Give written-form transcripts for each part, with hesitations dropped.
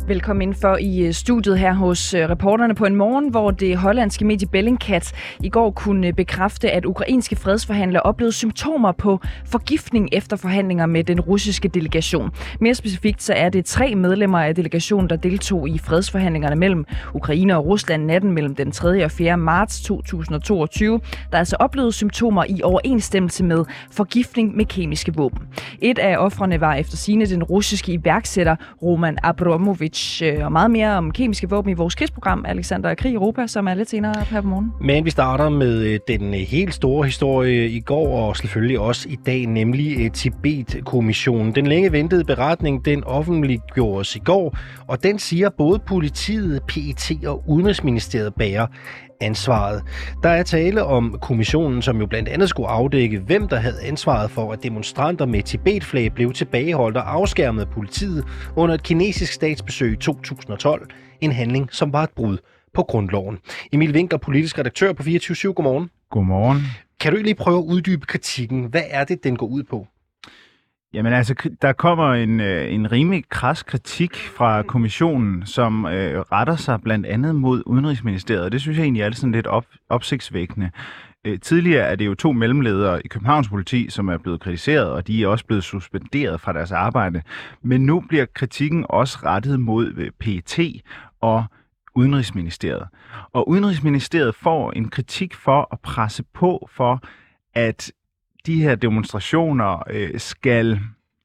Velkommen ind for i studiet her hos reporterne på en morgen, hvor det hollandske medie Bellingcat i går kunne bekræfte, at ukrainske fredsforhandlere oplevede symptomer på forgiftning efter forhandlinger med den russiske delegation. Mere specifikt så er det 3 medlemmer af delegationen, der deltog i fredsforhandlingerne mellem Ukraine og Rusland natten mellem den 3. og 4. marts 2022, der altså oplevede symptomer i overensstemmelse med forgiftning med kemiske våben. Et af ofrene var efter sigende den russiske iværksætter Roman Abramovich. Og meget mere om kemiske våben i vores krigsprogram, Alexander Krig i Europa, som er lidt senere her på morgen. Men vi starter med den helt store historie i går, og selvfølgelig også i dag, nemlig Tibet-kommissionen. Den længe ventede beretning, den offentliggjordes i går, og den siger både politiet, PET og Udenrigsministeriet bærer ansvaret. Der er tale om kommissionen, som jo blandt andet skulle afdække, hvem der havde ansvaret for, at demonstranter med Tibet-flag blev tilbageholdt og afskærmet af politiet under et kinesisk statsbesøg i 2012. En handling, som var et brud på grundloven. Emil Winkler, politisk redaktør på 24/7. Godmorgen. Godmorgen. Kan du lige prøve at uddybe kritikken? Hvad er det, den går ud på? Jamen altså, der kommer en rimelig kras kritik fra kommissionen, som retter sig blandt andet mod Udenrigsministeriet, og det synes jeg egentlig er sådan lidt opsigtsvækkende. Tidligere er det jo 2 mellemledere i Københavns politi, som er blevet kritiseret, og de er også blevet suspenderet fra deres arbejde. Men nu bliver kritikken også rettet mod PET og Udenrigsministeriet. Og Udenrigsministeriet får en kritik for at presse på for, at de her demonstrationer skal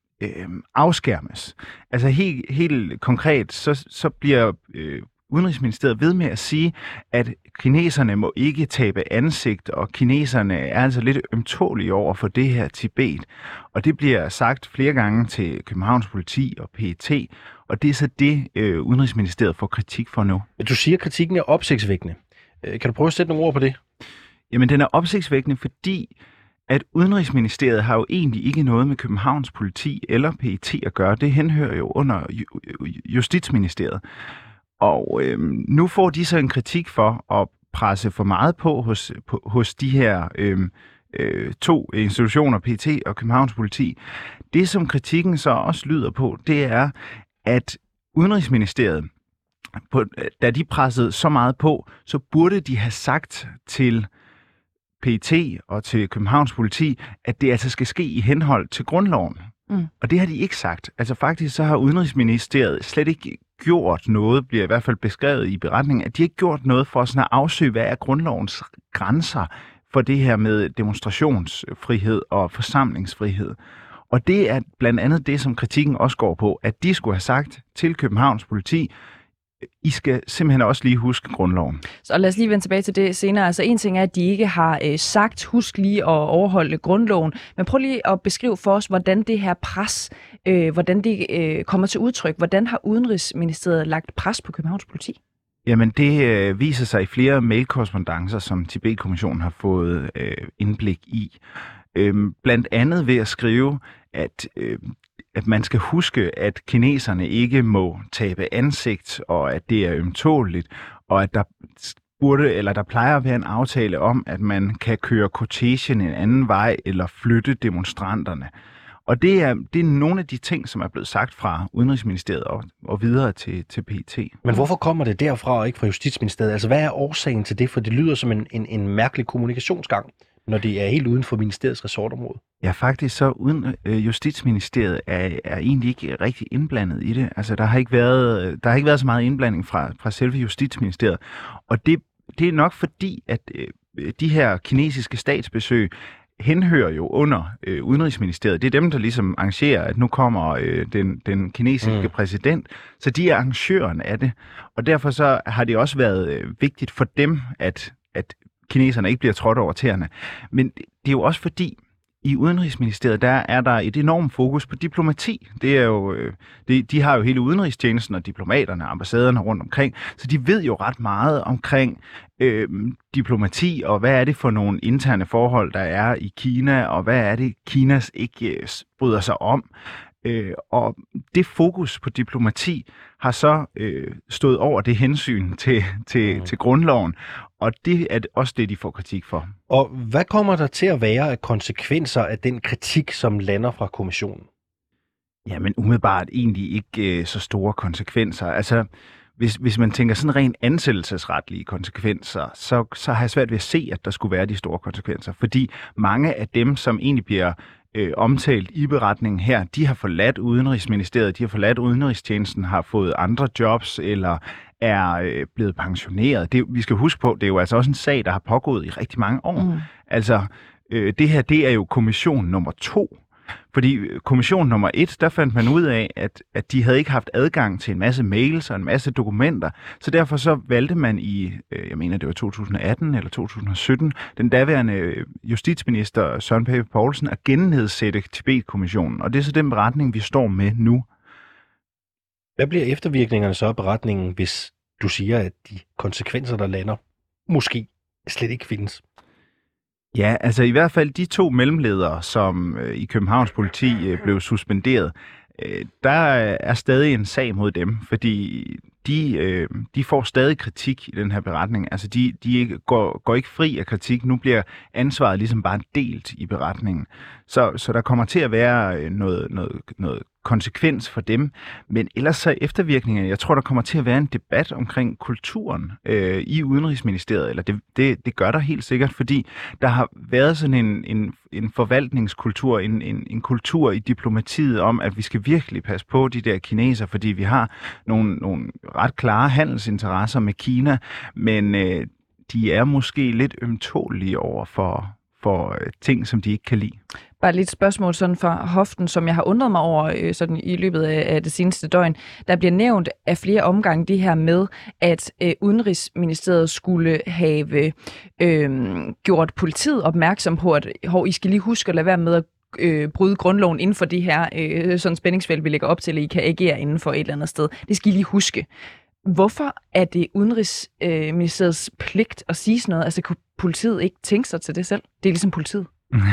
afskærmes. Altså helt konkret, så bliver Udenrigsministeriet ved med at sige, at kineserne må ikke tabe ansigt, og kineserne er altså lidt ømtålige over for det her Tibet. Og det bliver sagt flere gange til Københavns politi og PET, og det er så det, Udenrigsministeriet får kritik for nu. Du siger, at kritikken er opsigtsvækkende. Kan du prøve at sætte nogle ord på det? Jamen, den er opsigtsvækkende, fordi at Udenrigsministeriet har jo egentlig ikke noget med Københavns politi eller PET at gøre. Det henhører jo under Justitsministeriet. Og nu får de så en kritik for at presse for meget på hos de her 2 institutioner, PET og Københavns politi. Det, som kritikken så også lyder på, det er, at Udenrigsministeriet, da de pressede så meget på, så burde de have sagt til PET og til Københavns politi, at det altså skal ske i henhold til grundloven. Og det har de ikke sagt. Altså faktisk så har Udenrigsministeriet slet ikke gjort noget, bliver i hvert fald beskrevet i beretningen, at de ikke gjort noget for sådan at afsøge, hvad er grundlovens grænser for det her med demonstrationsfrihed og forsamlingsfrihed. Og det er blandt andet det, som kritikken også går på, at de skulle have sagt til Københavns politi, I skal simpelthen også lige huske grundloven. Så lad os lige vende tilbage til det senere. Altså en ting er, at de ikke har sagt, husk lige at overholde grundloven. Men prøv lige at beskrive for os, hvordan det her pres, hvordan det kommer til udtryk. Hvordan har Udenrigsministeriet lagt pres på Københavns politi? Jamen det viser sig i flere mailkorrespondancer, som Tibet-kommissionen har fået indblik i. Blandt andet ved at skrive, at man skal huske, at kineserne ikke må tabe ansigt, og at det er ømtåligt, og at der plejer at være en aftale om, at man kan køre quotation en anden vej, eller flytte demonstranterne. Og det er nogle af de ting, som er blevet sagt fra Udenrigsministeriet og videre til PET. Men hvorfor kommer det derfra og ikke fra Justitsministeriet? Altså hvad er årsagen til det? For det lyder som en mærkelig kommunikationsgang, når det er helt uden for ministeriets resortområde. Ja, faktisk så Justitsministeriet er egentlig ikke rigtig indblandet i det. Altså der har ikke været så meget indblanding fra selve Justitsministeriet. Og det er nok fordi, at de her kinesiske statsbesøg henhører jo under Udenrigsministeriet. Det er dem, der ligesom arrangerer, at nu kommer den kinesiske præsident. Så de er arrangøren af det. Og derfor så har det også været vigtigt for dem, at kineserne ikke bliver trådt over tæerne. Men det er jo også fordi, i Udenrigsministeriet, der er der et enormt fokus på diplomati. Det er jo, de har jo hele udenrigstjenesten og diplomaterne og ambassaderne rundt omkring, så de ved jo ret meget omkring diplomati, og hvad er det for nogle interne forhold, der er i Kina, og hvad er det, Kinas ikke bryder sig om. Og det fokus på diplomati har så stået over det hensyn til grundloven, og det er også det, de får kritik for. Og hvad kommer der til at være af konsekvenser af den kritik, som lander fra kommissionen? Ja, men umiddelbart egentlig ikke så store konsekvenser. Altså, hvis man tænker sådan rent ansættelsesretlige konsekvenser, så har jeg svært ved at se, at der skulle være de store konsekvenser. Fordi mange af dem, som egentlig bliver omtalt i beretningen her, de har forladt Udenrigsministeriet, de har forladt Udenrigstjenesten, har fået andre jobs eller er blevet pensioneret. Vi skal huske på, det er jo altså også en sag, der har pågået i rigtig mange år. Altså, det her, det er jo kommission nummer 2. Fordi kommission nummer 1, der fandt man ud af, at de havde ikke haft adgang til en masse mails og en masse dokumenter. Så derfor så valgte man jeg mener det var 2018 eller 2017, den daværende justitsminister Søren Pape Poulsen at gennedsætte Tibet-kommissionen. Og det er så den beretning, vi står med nu. Hvad bliver eftervirkningerne så af beretningen, hvis du siger, at de konsekvenser, der lander, måske slet ikke findes? Ja, altså i hvert fald de 2 mellemledere, som i Københavns politi blev suspenderet, der er stadig en sag mod dem, fordi de får stadig kritik i den her beretning. Altså de går ikke fri af kritik. Nu bliver ansvaret ligesom bare delt i beretningen. Så der kommer til at være noget konsekvens for dem. Men ellers så eftervirkningerne, jeg tror, der kommer til at være en debat omkring kulturen i Udenrigsministeriet, eller det gør der helt sikkert, fordi der har været sådan en forvaltningskultur, en kultur i diplomatiet om, at vi skal virkelig passe på de der kineser, fordi vi har nogle ret klare handelsinteresser med Kina, men de er måske lidt ømtålige over for ting, som de ikke kan lide. Bare lidt spørgsmål sådan fra hoften, som jeg har undret mig over sådan i løbet af det seneste døgn. Der bliver nævnt af flere omgange det her med, at Udenrigsministeriet skulle have gjort politiet opmærksom på, at I skal lige huske at lade være med at bryde grundloven inden for det her sådan spændingsfelt, vi lægger op til, at I kan agere inden for et eller andet sted. Det skal I lige huske. Hvorfor er det Udenrigsministeriets pligt at sige sådan noget? Altså kunne politiet ikke tænke sig til det selv? Det er ligesom politiet.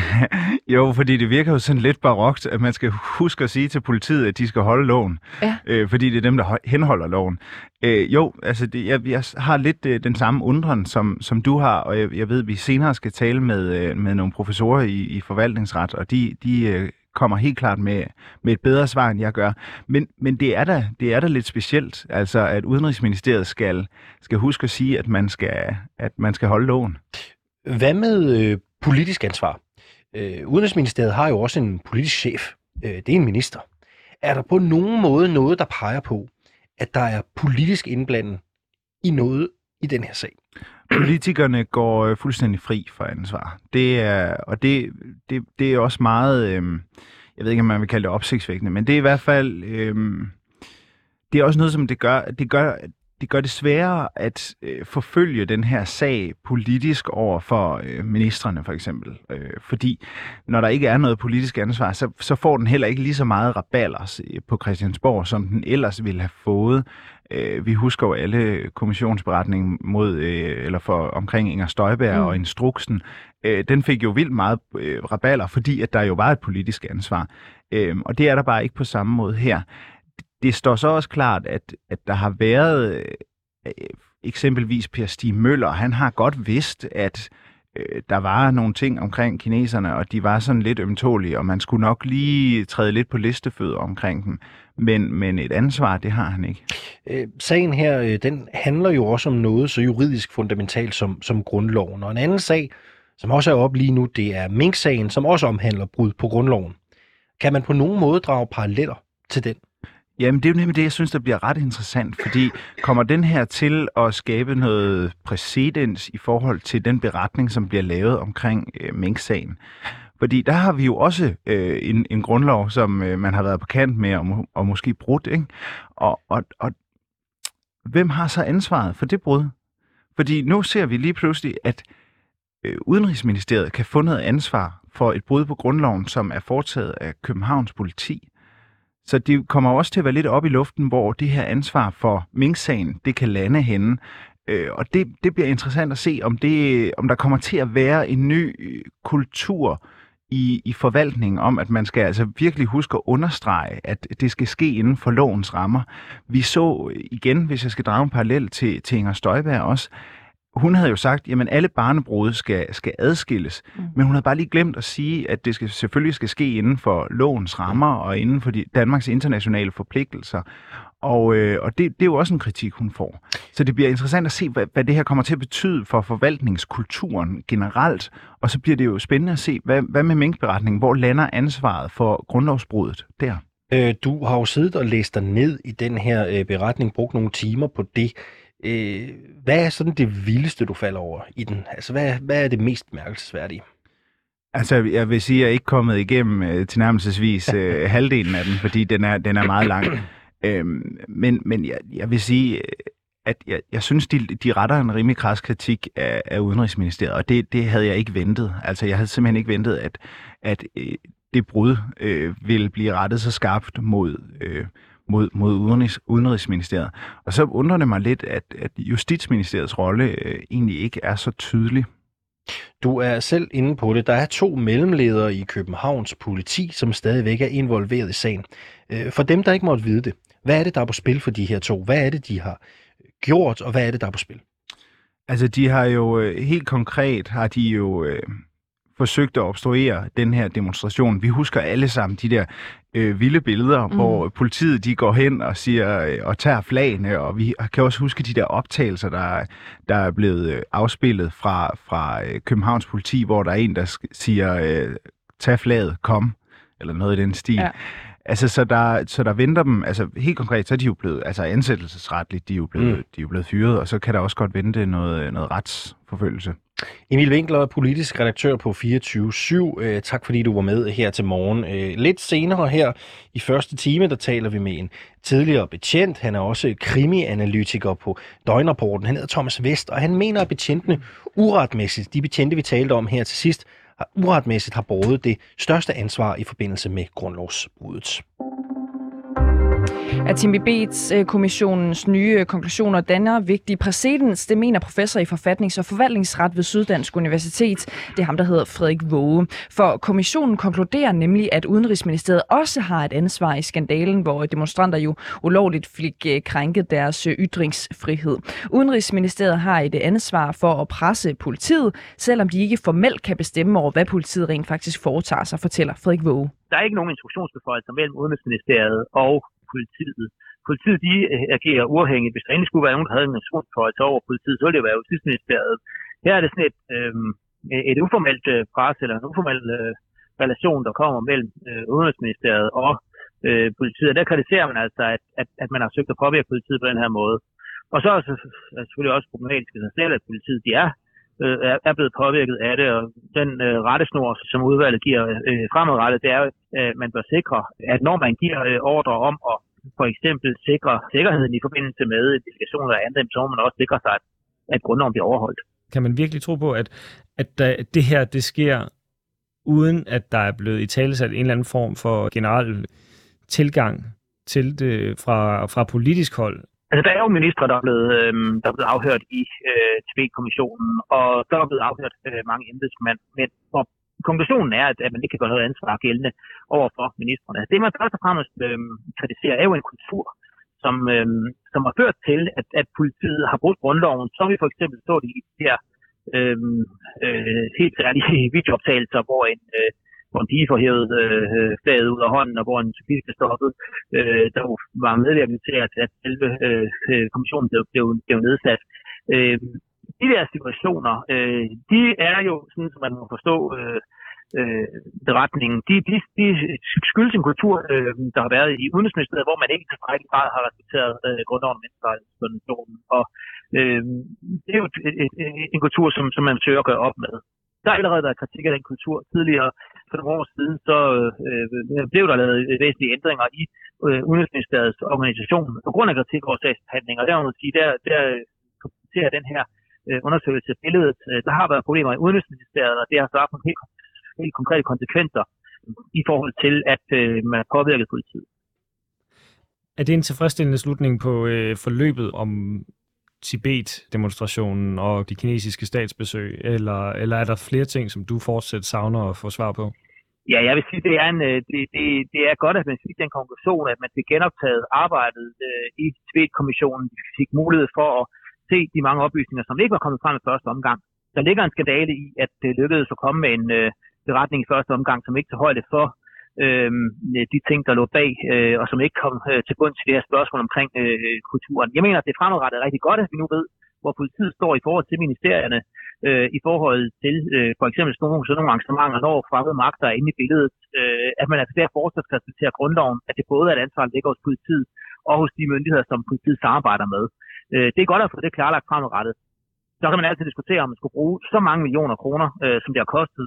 Jo, fordi det virker jo sådan lidt barokt, at man skal huske at sige til politiet, at de skal holde loven. Ja. Fordi det er dem, der henholder loven. Jo, altså jeg har lidt den samme undren, som du har, og jeg ved, at vi senere skal tale med nogle professorer i forvaltningsret, og de kommer helt klart med et bedre svar, end jeg gør. Men det er da lidt specielt, altså at Udenrigsministeriet skal huske at sige, at man skal holde loven. Hvad med politisk ansvar? Udenrigsministeriet har jo også en politisk chef. Det er en minister. Er der på nogen måde noget, der peger på, at der er politisk indblandet i noget i den her sag? Politikerne går fuldstændig fri for ansvar. Det er også meget, jeg ved ikke, om man vil kalde det opsigtsvækkende, men det er i hvert fald, det er også noget, som det gør det sværere at forfølge den her sag politisk over for ministrene for eksempel. Fordi når der ikke er noget politisk ansvar, så får den heller ikke lige så meget rabalder på Christiansborg, som den ellers ville have fået. Vi husker jo alle kommissionsberetningen omkring Inger Støjberg og instruksen. Den fik jo vildt meget rabalder, fordi at der jo var et politisk ansvar. Og det er der bare ikke på samme måde her. Det står så også klart, at der har været eksempelvis Per Stig Møller. Han har godt vidst, at der var nogle ting omkring kineserne, og de var sådan lidt ømtålige, og man skulle nok lige træde lidt på listefødder omkring dem. Men et ansvar, det har han ikke. Sagen her, den handler jo også om noget så juridisk fundamentalt som grundloven. Og en anden sag, som også er oppe lige nu, det er Mink-sagen, som også omhandler brud på grundloven. Kan man på nogen måde drage paralleller til den? Jamen, det er jo nemlig det, jeg synes, der bliver ret interessant, fordi kommer den her til at skabe noget præcedens i forhold til den beretning, som bliver lavet omkring Mink-sagen? Fordi der har vi jo også en grundlov, som man har været på kant med og måske brudt, ikke? Og hvem har så ansvaret for det brud? Fordi nu ser vi lige pludselig, at Udenrigsministeriet kan få noget ansvar for et brud på grundloven, som er foretaget af Københavns politi. Så det kommer også til at være lidt op i luften, hvor det her ansvar for Mink-sagen, det kan lande henne. Og det bliver interessant at se, om der kommer til at være en ny kultur i forvaltningen om, at man skal altså virkelig huske at understrege, at det skal ske inden for lovens rammer. Vi så igen, hvis jeg skal drage en parallel til Inger Støjberg også, hun havde jo sagt, jamen alle barnebrud skal adskilles, men hun havde bare lige glemt at sige, at det selvfølgelig skal ske inden for lovens rammer og inden for Danmarks internationale forpligtelser. Og det er jo også en kritik, hun får. Så det bliver interessant at se, hvad det her kommer til at betyde for forvaltningskulturen generelt. Og så bliver det jo spændende at se, hvad med minkberetningen? Hvor lander ansvaret for grundlovsbruddet der? Du har jo siddet og læst dig ned i den her beretning, brugt nogle timer på det. Hvad er sådan det vildeste, du falder over i den? Altså, hvad er det mest bemærkelsesværdige? Altså, jeg vil sige, at jeg er ikke kommet igennem tilnærmelsesvis halvdelen af den, fordi den er meget lang. Men jeg vil sige, at jeg synes, de retter en rimelig krads kritik af Udenrigsministeriet, og det havde jeg ikke ventet. Altså, jeg havde simpelthen ikke ventet, at det brud ville blive rettet så skarpt mod Udenrigsministeriet. Og så undrer det mig lidt, at Justitsministeriets rolle egentlig ikke er så tydelig. Du er selv inde på det. Der er 2 mellemledere i Københavns politi, som stadigvæk er involveret i sagen. For dem, der ikke måtte vide det, hvad er det, der er på spil for de her 2? Hvad er det, de har gjort, og hvad er det, der er på spil? Altså, de har jo helt konkret forsøgt at obstruere den her demonstration. Vi husker alle sammen de der vilde billeder, hvor politiet de går hen og siger og tager flagene, og vi kan også huske de der optagelser, der er blevet afspillet fra Københavns politi, hvor der er en, der siger, tag flaget, kom, eller noget i den stil. Ja. Altså, så der venter dem, altså helt konkret, så er de jo blevet, altså ansættelsesretligt, de er jo blevet fyret, og så kan der også godt vente noget retsforfølgelse. Emil Winkler, politisk redaktør på 24/7. Tak fordi du var med her til morgen. Lidt senere her i første time, der taler vi med en tidligere betjent. Han er også krimianalytiker på Døgnrapporten. Han hedder Thomas Vest, og han mener, at betjentene uretmæssigt, de betjente vi talte om her til sidst, uretmæssigt har båret det største ansvar i forbindelse med grundlovsbruddet. Timmy Beats-kommissionens nye konklusioner danner vigtig præcedens. Det mener professor i forfatnings- og forvaltningsret ved Syddansk Universitet. Det er ham, der hedder Frederik Waage. For kommissionen konkluderer nemlig, at Udenrigsministeriet også har et ansvar i skandalen, hvor demonstranter jo ulovligt fik krænket deres ytringsfrihed. Udenrigsministeriet har et ansvar for at presse politiet, selvom de ikke formelt kan bestemme over, hvad politiet rent faktisk foretager sig, fortæller Frederik Waage. Der er ikke nogen instruktionsbeføjelser mellem Udenrigsministeriet og politiet. Politiet, de agerer uafhængigt. Hvis der endelig skulle være nogen, der havde en instruktionsbeføjelse over politiet, så ville det være Justitsministeriet. Her er det sådan et uformelt pres eller en uformel relation, der kommer mellem Udenrigsministeriet og politiet. Og der kritiserer man altså, at man har søgt at påvirke politiet på den her måde. Og så er det selvfølgelig også problematisk i sig selv, at politiet er blevet påvirket af det, og den rettesnor, som udvalget giver fremadrettet, det er, at man bør sikre, at når man giver ordre om at for eksempel sikre sikkerheden i forbindelse med delegationer og andet, så må man også sikre sig, at grundloven bliver overholdt. Kan man virkelig tro på, at det her det sker, uden at der er blevet italesat en eller anden form for generel tilgang til det fra politisk hold? Altså, der er jo ministre, der er blevet afhørt i Tibet-kommissionen, og der er blevet afhørt mange embedsmænd. Men konklusionen er, at man ikke kan gøre noget ansvar gældende over for ministrene. Det, man først og fremmest kritiserer, er jo en kultur, som har ført til, at politiet har brudt grundloven, som vi for eksempel så det i de her helt særlige videooptagelser, hvor en pige får hævet flaget ud af hånden, og hvor en cyklist blev stoppet, der var medvirkende til, at selve kommissionen blev nedsat. De der situationer, de er jo, sådan som man må forstå beretningen, de skyldes en kultur, der har været i Udenrigsministeriet, hvor man ikke til tilstrækkelig grad har respekteret grundloven og menneskerettighedskonventionen. Og det er jo en kultur, som man søger at gøre op med. Der er allerede været kritik af den kultur. Tidligere, for nogle år siden, så blev der lavet væsentlige ændringer i Udenrigsministeriets organisation på grund af kritik over sagsbehandling. Og der må man sige, der kommenterer den her undersøgelse billedet. Der har været problemer i Udenrigsministeriet, og det har så haft nogle helt konkrete konsekvenser i forhold til, at man har påvirket politiet. Er det en tilfredsstillende slutning på forløbet om Tibet-demonstrationen og de kinesiske statsbesøg, eller er der flere ting, som du fortsat savner at få svar på? Ja, jeg vil sige, det er godt, at man fik den konklusion, at man fik genoptaget arbejdet i Tibet-kommissionen. Vi fik mulighed for at se de mange oplysninger, som ikke var kommet frem i første omgang. Der ligger en skandale i, at det lykkedes at komme med en beretning i første omgang, som ikke tager højde for de ting, der lå bag, og som ikke kom til bunds til det her spørgsmål omkring kulturen. Jeg mener, at det er fremadrettet rigtig godt, at vi nu ved, hvor politiet står i forhold til ministerierne, i forhold til for eksempel sådan nogle arrangementer, når fremmede magter er inde i billedet, at man altså der fortsat skal respektere grundloven, at det både er et ansvar, der ligger hos politiet og hos de myndigheder, som politiet samarbejder med. Det er godt at få det klarlagt fremadrettet. Så kan man altid diskutere, om man skulle bruge så mange millioner kroner, som det har kostet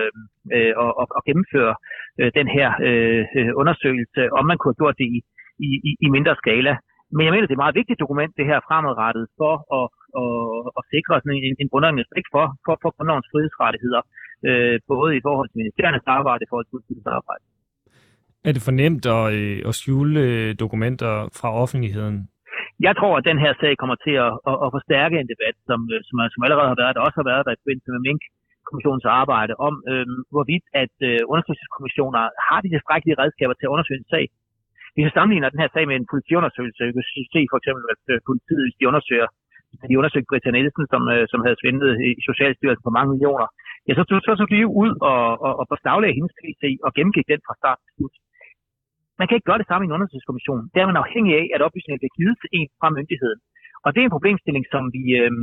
at gennemføre den her undersøgelse, om man kunne have gjort det i mindre skala. Men jeg mener, det er et meget vigtigt dokument, det her fremadrettet, for at sikre sådan en grundlæggende respekt for grundlovens frihedsrettigheder, både i forhold til ministeriernes arbejde og i forhold til politiets arbejde. Er det for nemt at skjule dokumenter fra offentligheden? Jeg tror, at den her sag kommer til at forstærke en debat, som allerede har været der, også har været der i forbindelse med Mink-kommissionens arbejde, om hvorvidt at undersøgelseskommissioner har de tilstrækkelige redskaber til at undersøge en sag. Hvis vi sammenligner den her sag med en politiundersøgelse, vi kan se for eksempel, at politiet, hvis de undersøgte Britta Nielsen, som havde svindlet i Socialstyrelsen for mange millioner, ja, så tog de ud og beslaglagde hendes PC og gennemgik den fra start til slut. Man kan ikke gøre det samme i en undersøgelseskommission. Der er man afhængig af, at oplysningerne bliver givet til en fra myndigheden. Og det er en problemstilling, som vi,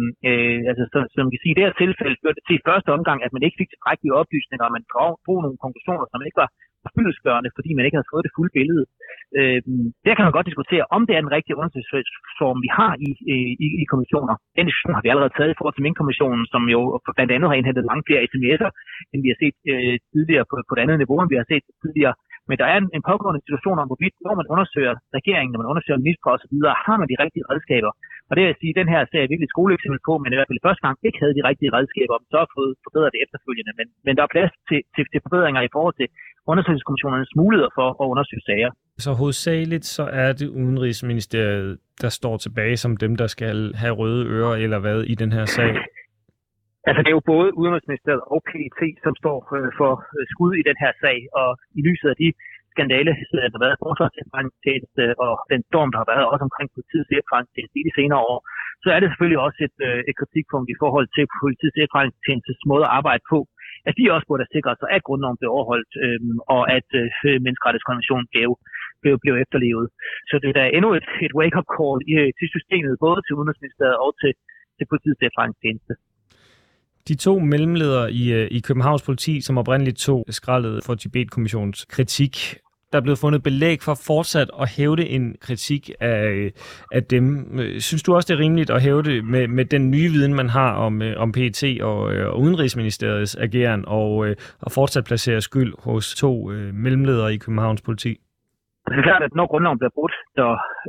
som vi kan sige, i det her tilfælde førte til i første omgang, at man ikke fik tilstrækkelige oplysninger, og man drog nogle konklusioner, som ikke var fyldestgørende, fordi man ikke havde fået det fulde billede. Der kan man godt diskutere, om det er den rigtige undersøgelsesform, vi har i kommissioner. Den diskussion har vi allerede taget i forhold til Mink-kommissionen, som jo blandt andet har indhentet langt flere sms'er, end vi har set tidligere på et andet niveau, end vi har set tidligere. Men der er en pågående situation om, hvorvidt, når man undersøger regeringen, når man undersøger minister og så videre, har man de rigtige redskaber. Og det vil jeg sige, den her sag er virkelig et skoleeksempel på, men i hvert fald første gang ikke havde de rigtige redskaber, så har fået forbedret det efterfølgende. Men der er plads til forbedringer i forhold til undersøgelseskommissionernes muligheder for at undersøge sager. Så hovedsageligt så er det Udenrigsministeriet, der står tilbage som dem, der skal have røde ører eller hvad i den her sag? Altså det er jo både Udenrigsministeriet og PET, som står for skud i den her sag, og i lyset af de skandale, der har været i Forsvarets Efterretningstjeneste og den storm, der har været også omkring politiets efterretningstjeneste i de senere år, så er det selvfølgelig også et kritikpunkt i forhold til politiets efterretningstjenestes måde at arbejde på, at de også burde sikre sig, at grundloven blev overholdt, og at menneskerettighedskonventionen blev efterlevet. Så det er da endnu et wake-up call til systemet, både til Udenrigsministeriet og til politiets efterretningstjeneste. De to mellemledere i Københavns politi, som oprindeligt tog skraldet for Tibet-kommissionens kritik, der er blevet fundet belæg for fortsat at hævde en kritik af dem. Synes du også, det er rimeligt at hævde det med den nye viden, man har om PET og Udenrigsministeriets ageren, og fortsat placere skyld hos to mellemledere i Københavns politi? Det er klart, at når grundloven bliver brudt, der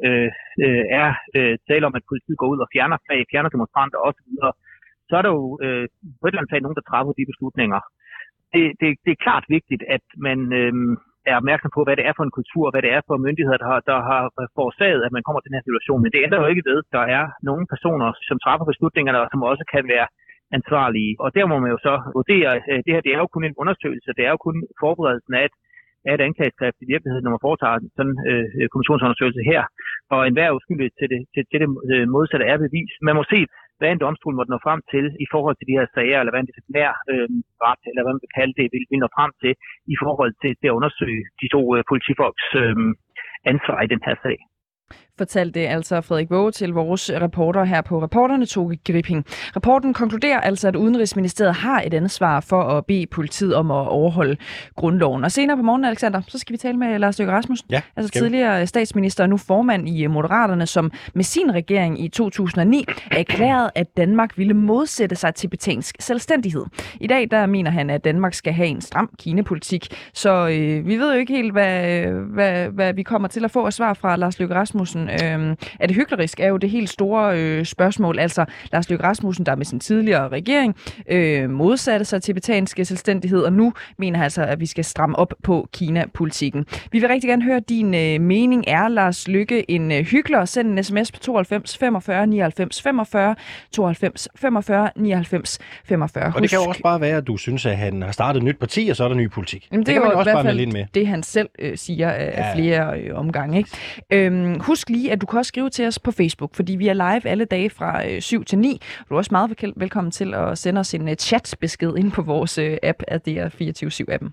er tale om, at politiet går ud og fjerner demonstranter osv., så er der jo på et eller andet nogen, der træffer de beslutninger. Det er klart vigtigt, at man er opmærksom på, hvad det er for en kultur, hvad det er for myndigheder, der har forårsaget, at man kommer til den her situation. Men det ændrer jo ikke ved, der er nogle personer, som træffer beslutningerne, og som også kan være ansvarlige. Og der må man jo så vurdere, det her det er jo kun en undersøgelse, det er jo kun forberedelsen af et anklageskrift i virkeligheden, når man foretager sådan en kommissionsundersøgelse her. Og enhver er uskyldig til det modsatte er bevis. Man må se, hvad en domstol måtte nå frem til i forhold til de her sager, eller hvad en disciplinær ret, eller hvad man vil kalde det, vil nå frem til i forhold til at undersøge de to politifolks ansvar i den her sag. Fortalte altså Frederik Waage til vores reporter her på Reporterne, Toge Gripping. Rapporten konkluderer altså, at Udenrigsministeriet har et ansvar for at bede politiet om at overholde grundloven. Og senere på morgenen, Alexander, så skal vi tale med Lars Løkke Rasmussen, altså tidligere statsminister og nu formand i Moderaterne, som med sin regering i 2009 erklærede, at Danmark ville modsætte sig tibetansk selvstændighed. I dag der mener han, at Danmark skal have en stram Kina-politik, så vi ved jo ikke helt, hvad vi kommer til at få af svar fra Lars Løkke Rasmussen. Er det hyklerisk, er jo det helt store spørgsmål. Altså Lars Løkke Rasmussen, der med sin tidligere regering modsatte sig tibetanske selvstændighed, og nu mener han altså, at vi skal stramme op på Kina-politikken. Vi vil rigtig gerne høre din mening. Er Lars Løkke en hykler? Send en sms på 92 45 99 45, 92 45 99 45. Og det kan jo også bare være, at du synes, at han har startet et nyt parti, og så er der ny politik. Jamen, det er jo i hvert fald det, han selv siger af flere omgange. Ikke? Husk lige, at du kan også skrive til os på Facebook, fordi vi er live alle dage fra 7 til 9. Du er også meget velkommen til at sende os en chatbesked ind på vores app af DR24/7-appen.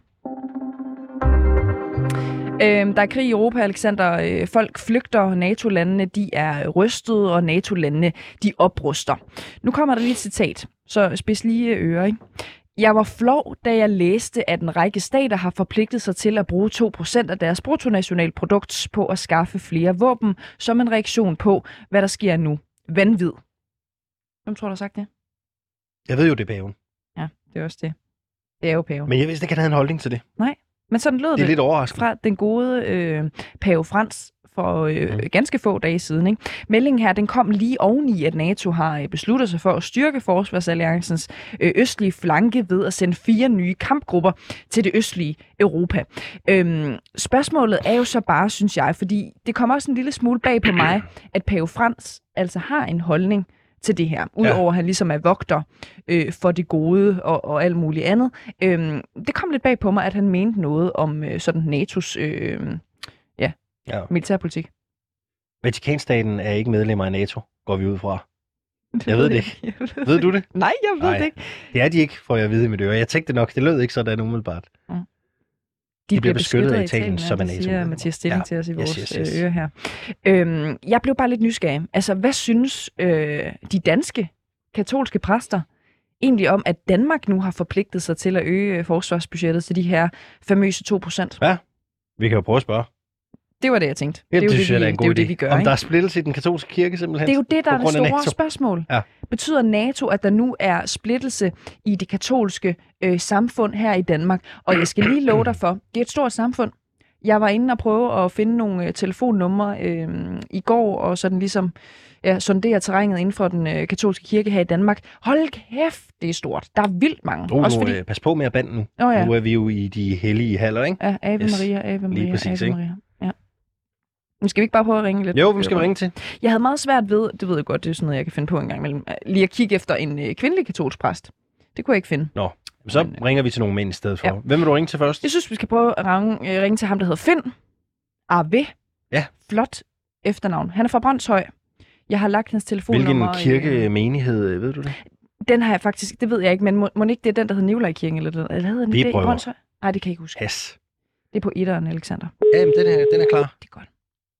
Der er krig i Europa, Alexander. Folk flygter, NATO-landene de er rystet, og NATO-landene de opruster. Nu kommer der lige et citat, så spids lige ører, ikke? Jeg var flov, da jeg læste, at en række stater har forpligtet sig til at bruge 2% af deres bruttonationalprodukt på at skaffe flere våben, som en reaktion på, hvad der sker nu. Vanvid. Hvem tror du har sagt det? Jeg ved jo, det er paven. Ja, det er også det. Det er jo paven. Men jeg vidste ikke, at han havde en holdning til det. Nej, men sådan lød det er lidt overraskende. Fra den gode pave Frans for ganske få dage siden. Ikke? Meldingen her, den kom lige oveni, at NATO har besluttet sig for at styrke forsvarsalliancens østlige flanke ved at sende 4 nye kampgrupper til det østlige Europa. Spørgsmålet er jo så bare, synes jeg, fordi det kommer også en lille smule bag på mig, at pave Frans altså har en holdning til det her, udover at han ligesom er vogter for det gode og alt muligt andet. Det kom lidt bag på mig, at han mente noget om sådan NATO's militærpolitik. Vatikanstaten er ikke medlemmer af NATO, går vi ud fra. Jeg ved det ikke. Ved du det? Nej, jeg ved det ikke. Det er de ikke, får jeg at vide i mit øre. Jeg tænkte nok, det lød ikke sådan umiddelbart. De bliver beskyttet af Italien, som er NATO. Siger Mathias Stilling til os i vores øre her. Jeg blev bare lidt nysgerrig. Altså, hvad synes de danske katolske præster egentlig om, at Danmark nu har forpligtet sig til at øge forsvarsbudgettet til de her famøse 2%? Ja, vi kan jo prøve at spørge. Det var det, jeg tænkte. Det er jo det, vi gør. Om ikke? der er splittelse i den katolske kirke simpelthen? Det er jo det, der er det store spørgsmål. Ja. Betyder NATO, at der nu er splittelse i det katolske samfund her i Danmark? Og jeg skal lige love dig for, det er et stort samfund. Jeg var inde og prøve at finde nogle telefonnumre i går, og sådan ligesom sondere terrænet inden for den katolske kirke her i Danmark. Hold kæft, det er stort. Der er vildt mange. Også fordi... Pas på med at bande nu. Nu er vi jo i de hellige haller, ikke? Ja, Ave Maria, Ave Maria, præcis, Ave Maria. Ja. Nu skal vi ikke bare prøve at ringe lidt? Jo, hvem skal vi ringe til? Jeg havde meget svært ved, det ved jeg godt, det er sådan noget, jeg kan finde på en gang imellem, lige at kigge efter en kvindelig katolsk præst. Det kunne jeg ikke finde. Nå, så ringer vi til nogle mænd i stedet for. Ja. Hvem vil du ringe til først? Jeg synes, vi skal prøve at ringe til ham, der hedder Finn Arve. Ja. Flot efternavn. Han er fra Brøndshøj. Jeg har lagt hans telefonnummer. Hvilken kirkemenighed, ved du det? Den har jeg faktisk, det ved jeg ikke, men må ikke det er den, der hedder Nikolajkirken, eller hedder den det i Brøndshøj? Nej, det kan jeg ikke huske. Yes. Det er på etteren, Alexander. Jamen, den er klar. Det er godt.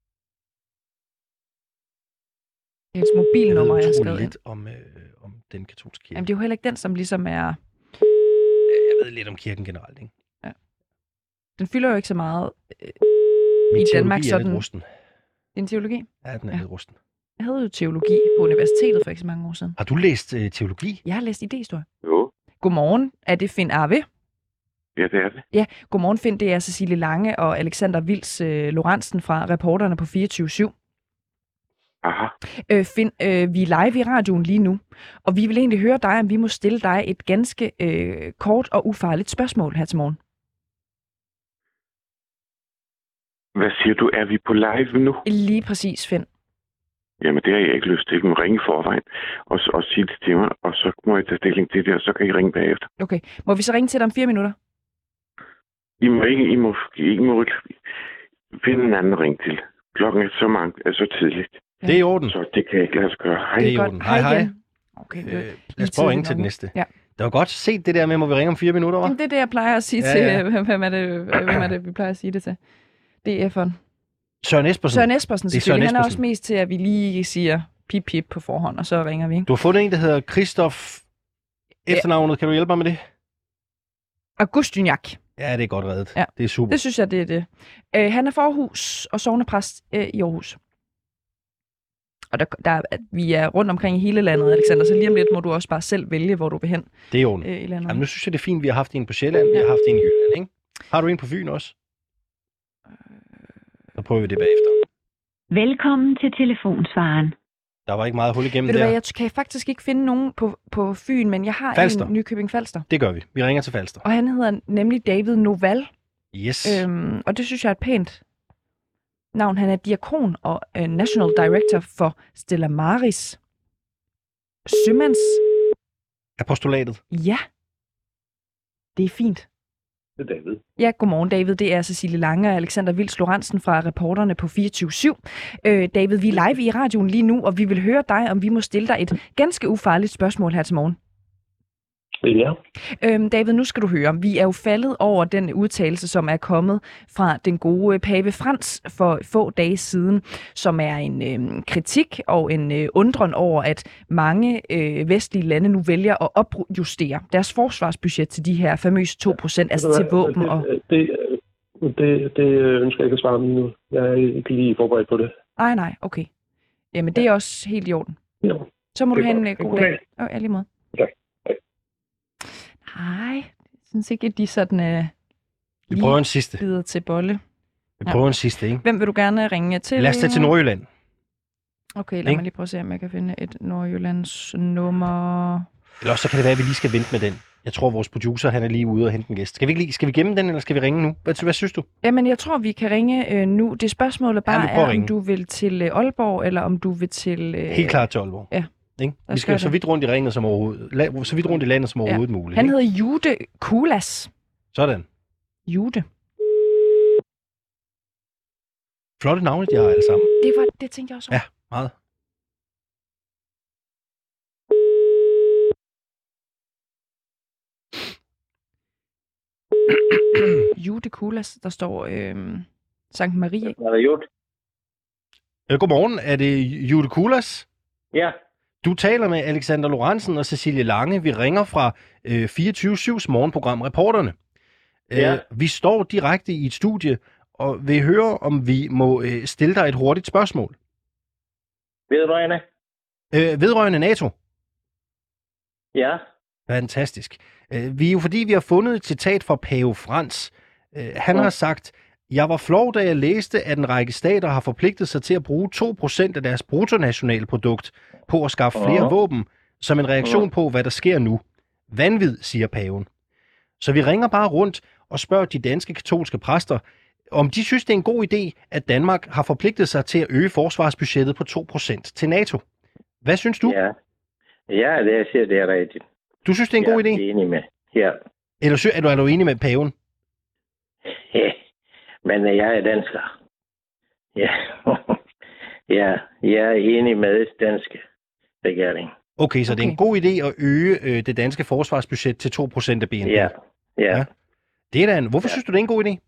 Det er hans mobilnummer, jeg har skrevet lidt om den katolske kirke. Jamen, det er jo heller ikke den, som ligesom er... Jeg ved lidt om kirken generelt, ikke? Ja. Den fylder jo ikke så meget i Danmark. Sådan... Min rusten. Din teologi? Ja, den er lidt rusten. Jeg havde jo teologi på universitetet for ikke så mange år siden. Har du læst teologi? Jeg har læst idéhistorie. Jo. Godmorgen. Er det Finn Arve? Ja, det er det. Ja, godmorgen Finn. Det er Cecilie Lange og Alexander Vils Lorentzen fra Reporterne på 24/7. Aha. Finn, vi er live i radioen lige nu, og vi vil egentlig høre dig, om vi må stille dig et ganske kort og ufarligt spørgsmål her til morgen. Hvad siger du? Er vi på live nu? Lige præcis, Finn. Jamen, det har jeg ikke lyst til. Jeg må ringe i forvejen og sige det til mig, og så må jeg tage stilling til det, og så kan I ringe bagefter. Okay. Må vi så ringe til dig om 4 minutter? I må finde en anden ring til. Klokken er så tidligt. Ja. Det er i orden. Så det kan jeg ikke lade sig gøre. Hej. Det er i orden. Hej. Okay, lad os prøve at ringe til den næste. Ja. Det var godt set det der med, må vi ringe om 4 minutter, hva'? Jamen, det er det, jeg plejer at sige til. Hvem er det, vi plejer at sige det til? Det er F'eren. Søren Espersen. Søren Espersen, selvfølgelig. Han er også mest til, at vi lige siger pip pip på forhånd, og så ringer vi. Ikke? Du har fundet en, der hedder Christoph efternavnet. Kan du hjælpe mig med det? Augustiniak. Ja, det er godt reddet. Ja. Det er super. Det synes jeg, det er det. Han er fra Aarhus og sognepræst i Aarhus. Og vi er rundt omkring i hele landet, Alexander, så lige om lidt må du også bare selv vælge, hvor du vil hen. Det er jo i landet. Jamen, nu synes jeg, det er fint, vi har haft en på Sjælland, vi har haft en i Jylland, ikke? Har du en på Fyn også? Så prøver vi det bagefter. Velkommen til telefonsvaren. Der var ikke meget hul igennem der. Ved du hvad, jeg kan faktisk ikke finde nogen på Fyn, men jeg har Falster. En Nykøbing Falster. Det gør vi. Vi ringer til Falster. Og han hedder nemlig David Noval. Yes. Og det synes jeg er et pænt navn. Han er diakon og National Director for Stella Maris. Sømands... Apostolatet. Ja. Det er fint. Det er David. Ja, godmorgen David. Det er Cecilie Lange og Alexander Vils Lorentzen fra Reporterne på 24/7. David, vi er live i radioen lige nu, og vi vil høre dig, om vi må stille dig et ganske ufarligt spørgsmål her til morgen. Ja. David, nu skal du høre. Vi er jo faldet over den udtalelse, som er kommet fra den gode pave Frans for få dage siden, som er en kritik og en undren over, at mange vestlige lande nu vælger at opjustere deres forsvarsbudget til de her famøse 2%, altså til våben. Det ønsker jeg ikke at svare lige nu. Jeg er ikke lige forberedt på det. Nej, okay. Jamen, det er også helt i orden. Ja. Så må du have en god god dag. Ja, lige måde. Tak. Nej, jeg synes ikke, at de sådan Vi prøver en sidste. bider til bolle. Vi prøver en sidste, ikke? Hvem vil du gerne ringe til? Lad os tage til Nordjylland. Okay, lad mig lige prøve at se, om jeg kan finde et Nordjyllands nummer. Eller også så kan det være, at vi lige skal vente med den. Jeg tror, vores producer han er lige ude og hente en gæst. Skal vi gemme den, eller skal vi ringe nu? Hvad synes du? Jamen, jeg tror, vi kan ringe nu. Det spørgsmål er bare, om du vil til Aalborg, eller om du vil til... Helt klart til Aalborg. Ja. Ikke? Vi skal så vidt rundt i ringet som overhovedet. Så vidt rundt i landet som overhovedet muligt. Han hedder Jude Kulas. Sådan. Jude. Flotte navne, de har alle sammen. Det tænkte jeg også. Ja, meget. Jude Kulas, der står Sankt Marie. Er det Jude? Godmorgen, er det Jude Kulas? Ja. Du taler med Alexander Lorentzen og Cecilie Lange. Vi ringer fra 24/7's morgenprogram Reporterne. Ja. Vi står direkte i et studie og vil høre, om vi må stille dig et hurtigt spørgsmål. Vedrørende? Vedrørende NATO. Ja. Fantastisk. Vi er jo fordi, vi har fundet et citat fra pave Frans. Han har sagt, jeg var flov, da jeg læste, at en række stater har forpligtet sig til at bruge 2% af deres bruttonationalprodukt på at skaffe flere våben, som en reaktion på, hvad der sker nu. Vanvid, siger paven. Så vi ringer bare rundt og spørger de danske katolske præster, om de synes, det er en god idé, at Danmark har forpligtet sig til at øge forsvarsbudgettet på 2% til NATO. Hvad synes du? Ja, det jeg siger, det er rigtigt. Du synes, det er en god idé? Jeg er enig med. Ja. Eller er du enig med paven? Ja, men jeg er dansker. Ja. Ja, jeg er enig med den danske regering. Okay, så det er en god idé at øge det danske forsvarsbudget til 2% af BNP? Ja. Det er da hvorfor synes du, det er en god idé?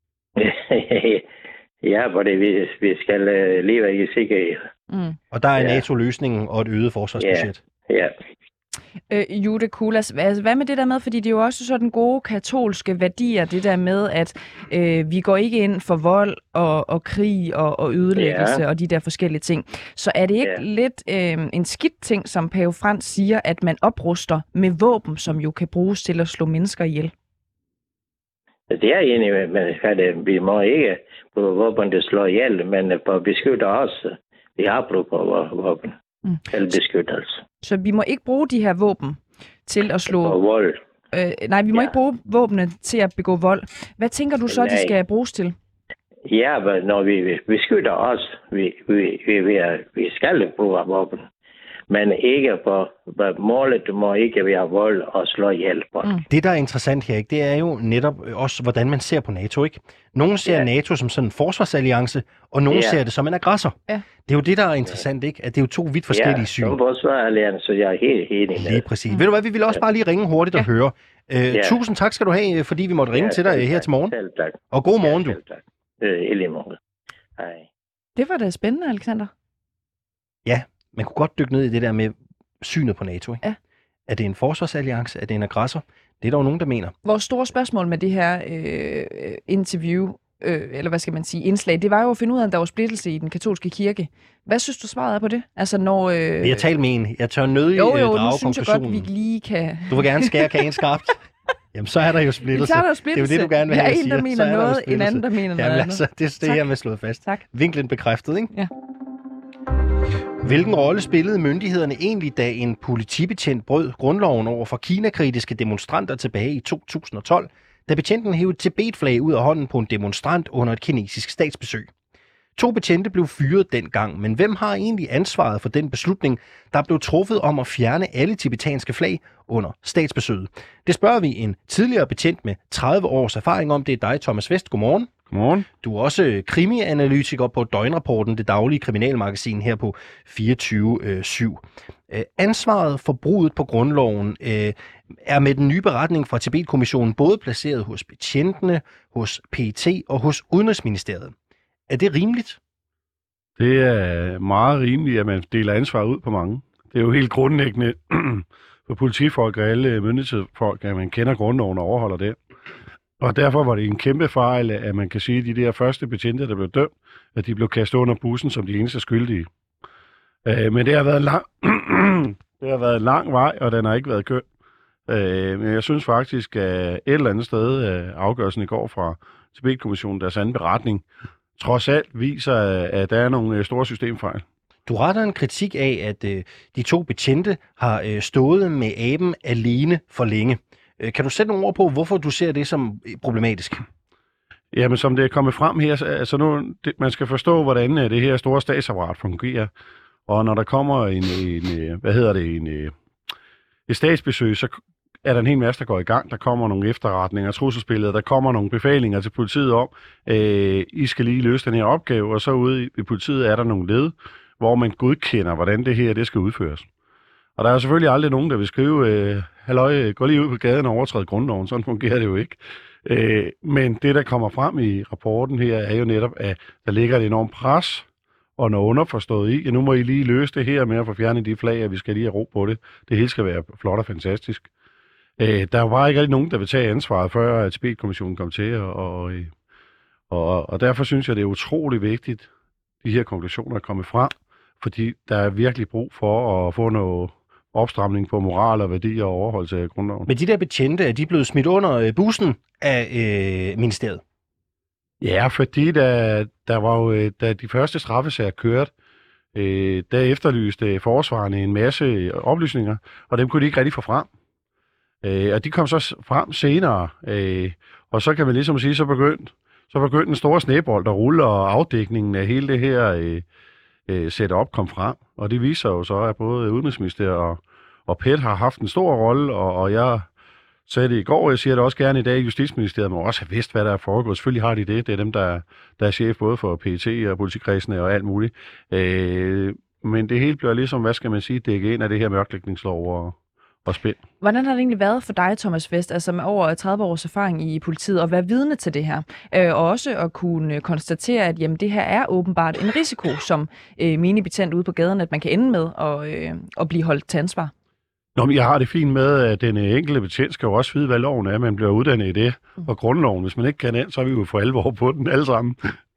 Ja, fordi vi skal leve i sikkerhed. Og der er NATO-løsningen og et øget forsvarsbudget? Ja. Jude Kulas, hvad med det der med, fordi det er jo også sådan gode katolske værdier, det der med, at vi går ikke ind for vold og krig og ødelæggelse og de der forskellige ting. Så er det ikke lidt en skidt ting, som pave Frans siger, at man opruster med våben, som jo kan bruges til at slå mennesker ihjel? Det er jeg enig med, men vi må ikke bruge våben, der slår ihjel, men på beskytte os. Vi har brug for våben. Eller beskyttelse. Så vi må ikke bruge de her våben til at slå... Og vold. Nej, vi må ikke bruge våbnene til at begå vold. Hvad tænker du så, de skal bruges til? Ja, men når vi beskytter os, vi skal bruge våben. Men ikke på målet må ikke være vold og slå ihjel på. Det, der er interessant her, ikke, det er jo netop også, hvordan man ser på NATO. Ikke? Nogle ser NATO som sådan en forsvarsalliance, og nogle ser det som en aggressor. Ja. Det er jo det, der er interessant, ikke? At det er jo to vidt forskellige syn. Ja, som forsvarsalliance, jeg er helt enig med. Lige præcis. Ved du hvad, vi vil også bare lige ringe hurtigt og høre. Tusind tak skal du have, fordi vi måtte ringe til dig her til morgen. Selv tak. Og god morgen, du. Hele morgen. Hej. Det var da spændende, Alexander. Ja, man kunne godt dykke ned i det der med synet på NATO. Ikke? Ja. Er det en forsvarsalliance? Er det en aggressor? Det er der jo nogen, der mener. Vores store spørgsmål med det her interview, eller hvad skal man sige, indslag, det var jo at finde ud af, at der var splittelse i den katolske kirke. Hvad synes du svaret er på det? Altså når... Jeg taler med en. Jeg tør nødig drage konklusionen. Jo, nu synes jeg godt, vi lige kan... Du vil gerne skære kagen skarpt? Jamen, så er der jo splittelse. Der splittelse. Det er jo det, du gerne vil have, en, der mener noget, en anden, der mener noget andet. Altså, det er her med slået fast. Tak. Vinklen bekræftet, ikke? Ja. Hvilken rolle spillede myndighederne egentlig, da en politibetjent brød grundloven over for kinakritiske demonstranter tilbage i 2012, da betjenten hævede Tibet-flag ud af hånden på en demonstrant under et kinesisk statsbesøg? 2 betjente blev fyret dengang, men hvem har egentlig ansvaret for den beslutning, der blev truffet om at fjerne alle tibetanske flag under statsbesøget? Det spørger vi en tidligere betjent med 30 års erfaring om. Det er dig, Thomas West. Godmorgen. Godmorgen. Du er også krimianalytiker på Døgnrapporten, det daglige kriminalmagasin her på 24/7. Ansvaret for bruddet på grundloven er med den nye beretning fra Tibet-kommissionen både placeret hos betjentene, hos PET og hos Udenrigsministeriet. Er det rimeligt? Det er meget rimeligt, at man deler ansvar ud på mange. Det er jo helt grundlæggende for politifolk og alle myndighedsfolk, at man kender grundloven og overholder det. Og derfor var det en kæmpe fejl, at man kan sige, at de der første betjente, der blev dømt, at de blev kastet under bussen som de eneste skyldige. Men det har været en lang vej, og den har ikke været køn. Men jeg synes faktisk, at et eller andet sted afgørelsen i går fra Tibet-kommissionen, deres anden beretning, trods alt viser, at der er nogle store systemfejl. Du retter en kritik af, at de 2 betjente har stået med aben alene for længe. Kan du sætte nogle ord på, hvorfor du ser det som problematisk? Jamen, som det er kommet frem her, altså nu, man skal forstå, hvordan det her store statsapparat fungerer. Og når der kommer et statsbesøg, så er der en hel masse, der går i gang. Der kommer nogle efterretninger, trusselsbilleder, der kommer nogle befalinger til politiet om, I skal lige løse den her opgave, og så ude i politiet er der nogle led, hvor man godkender, hvordan det her det skal udføres. Og der er selvfølgelig aldrig nogen, der vil skrive, halløj, gå lige ud på gaden og overtræde grundloven. Sådan fungerer det jo ikke. Men det, der kommer frem i rapporten her, er jo netop, at der ligger et enormt pres, og når underforstået i, nu må I lige løse det her med at få fjernet de flag, at vi skal lige have ro på det. Det hele skal være flot og fantastisk. Der er jo bare ikke rigtig nogen, der vil tage ansvaret, før Tibet-kommissionen kom til, og derfor synes jeg, det er utrolig vigtigt, de her konklusioner er kommet frem, fordi der er virkelig brug for at få noget opstramning på moral og værdier og overholdelse af grundloven. Men de der betjente, er de blevet smidt under bussen af ministeriet? Ja, fordi da de første straffesager kørte, der efterlyste forsvarerne en masse oplysninger, og dem kunne de ikke rigtig få frem. Og de kom så frem senere, og så kan man ligesom sige, så begyndte en stor snebold at rulle, og afdækningen af hele det her setup kom frem. Og det viser jo så, at både Udenrigsministeriet og PET har haft en stor rolle, og jeg sagde det i går, og jeg siger det også gerne i dag, Justitsministeriet må også have vidst, hvad der er foregået. Selvfølgelig har de det. Det er dem, der er chef både for PET og politikredsene og alt muligt. Men det hele bliver ligesom, hvad skal man sige, dækket ind af det her mørklægningslov og spænd. Hvordan har det egentlig været for dig, Thomas West, altså med over 30 års erfaring i politiet, at være vidne til det her? Og også at kunne konstatere, at jamen, det her er åbenbart en risiko som minibetjent ude på gaden, at man kan ende med at blive holdt til ansvar. Nå, men jeg har det fint med, at den enkelte betjent skal jo også vide, hvad loven er, man bliver uddannet i det. Og grundloven, hvis man ikke kan den, så er vi jo for alvor på den alle sammen.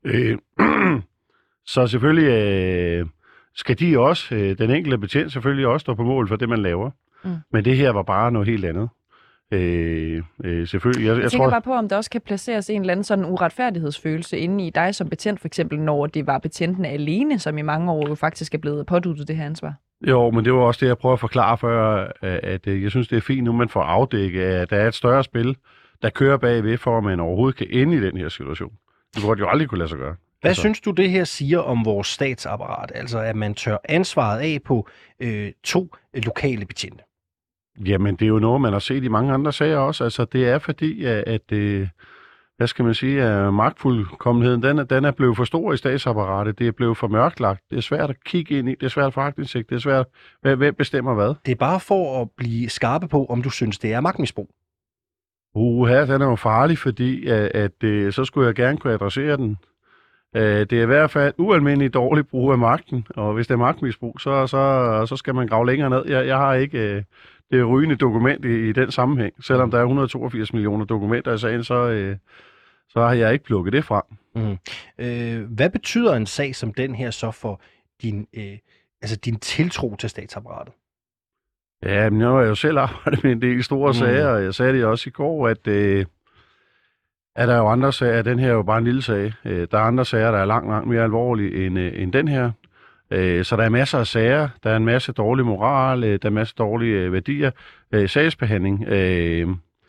Så selvfølgelig skal de også, den enkelte betjent selvfølgelig også stå på mål for det, man laver. Men det her var bare noget helt andet. Selvfølgelig. Jeg tænker bare på, om der også kan placeres en eller anden sådan uretfærdighedsfølelse inde i dig som betjent, for eksempel, når det var betjenten alene, som i mange år jo faktisk er blevet påduttet det her ansvar. Jo, men det var også det, jeg prøver at forklare før, at jeg synes, det er fint nu, man får afdækket, at der er et større spil, der kører bagved, for at man overhovedet kan ende i den her situation. Det burde jo aldrig kunne lade sig gøre. Hvad synes du, det her siger om vores statsapparat? Altså, at man tør ansvaret af på 2 lokale betjente? Jamen, det er jo noget, man har set i mange andre sager også. Altså, det er fordi, at hvad skal man sige, at magtfuldkommenheden, den er blevet for stor i statsapparatet. Det er blevet for mørklagt. Det er svært at kigge ind i. Det er svært at få aktindsigt. Det er svært, hvem bestemmer hvad. Det er bare for at blive skarpe på, om du synes, det er magtmisbrug. Her, den er jo farlig, fordi at så skulle jeg gerne kunne adressere den. Det er i hvert fald ualmindelig dårlig brug af magten, og hvis det er magtmisbrug, så skal man grave længere ned. Jeg har ikke det rygende dokument i den sammenhæng. Selvom der er 182 millioner dokumenter i sagen, så har jeg ikke plukket det frem. Hvad betyder en sag som den her så for din tiltro til statsapparatet? Ja, men jeg har jo selv arbejdet med en del store sager, og jeg sagde det også i går, at der er jo andre sager. Den her er jo bare en lille sag. Der er andre sager, der er langt mere alvorlige end den her. Så der er masser af sager. Der er en masse dårlig moral. Der er en masse dårlige værdier. Sagsbehandling.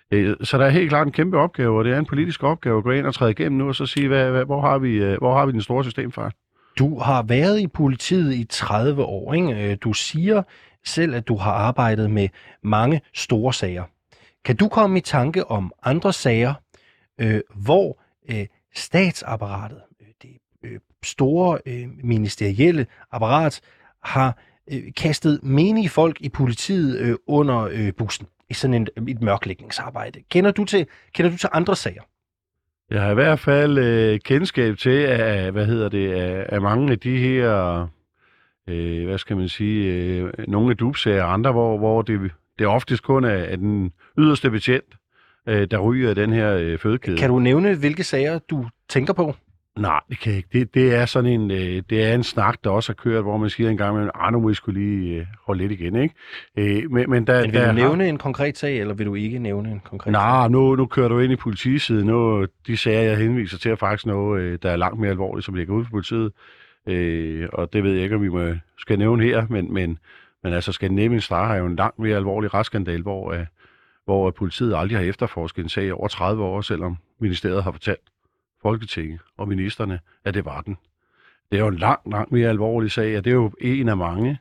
Så der er helt klart en kæmpe opgave, og det er en politisk opgave at gå ind og træde igennem nu, og så sige, hvor har vi den store systemfejl? Du har været i politiet i 30 år, ikke? Du siger selv, at du har arbejdet med mange store sager. Kan du komme i tanke om andre sager, hvor statsapparatet, det store ministerielle apparat, har kastet menige folk i politiet under bussen i sådan et mørklægningsarbejde? Kender du til andre sager? Jeg har i hvert fald kendskab til, at mange af de her, nogle af dubsager og andre, hvor det oftest kun er den yderste betjent, der ryger af den her fødekæde. Kan du nævne, hvilke sager du tænker på? Nej, det kan jeg ikke. Det er sådan en snak, der også har kørt, hvor man siger en gang imellem, nu må I skulle lige holde lidt igen, ikke? Men vil du nævne en konkret sag, eller vil du ikke nævne en konkret sag? Nej, nu kører du ind i politisiden. Nu de sager, jeg henviser til, er faktisk noget, der er langt mere alvorligt, som ligger ude for politiet. Og det ved jeg ikke, om vi skal nævne her, men altså Scandinavian Star har jo en langt mere alvorlig retsskandal, hvor politiet aldrig har efterforsket en sag over 30 år, selvom ministeriet har fortalt Folketinget og ministerne, at det var den. Det er jo en langt mere alvorlig sag, og det er jo en af mange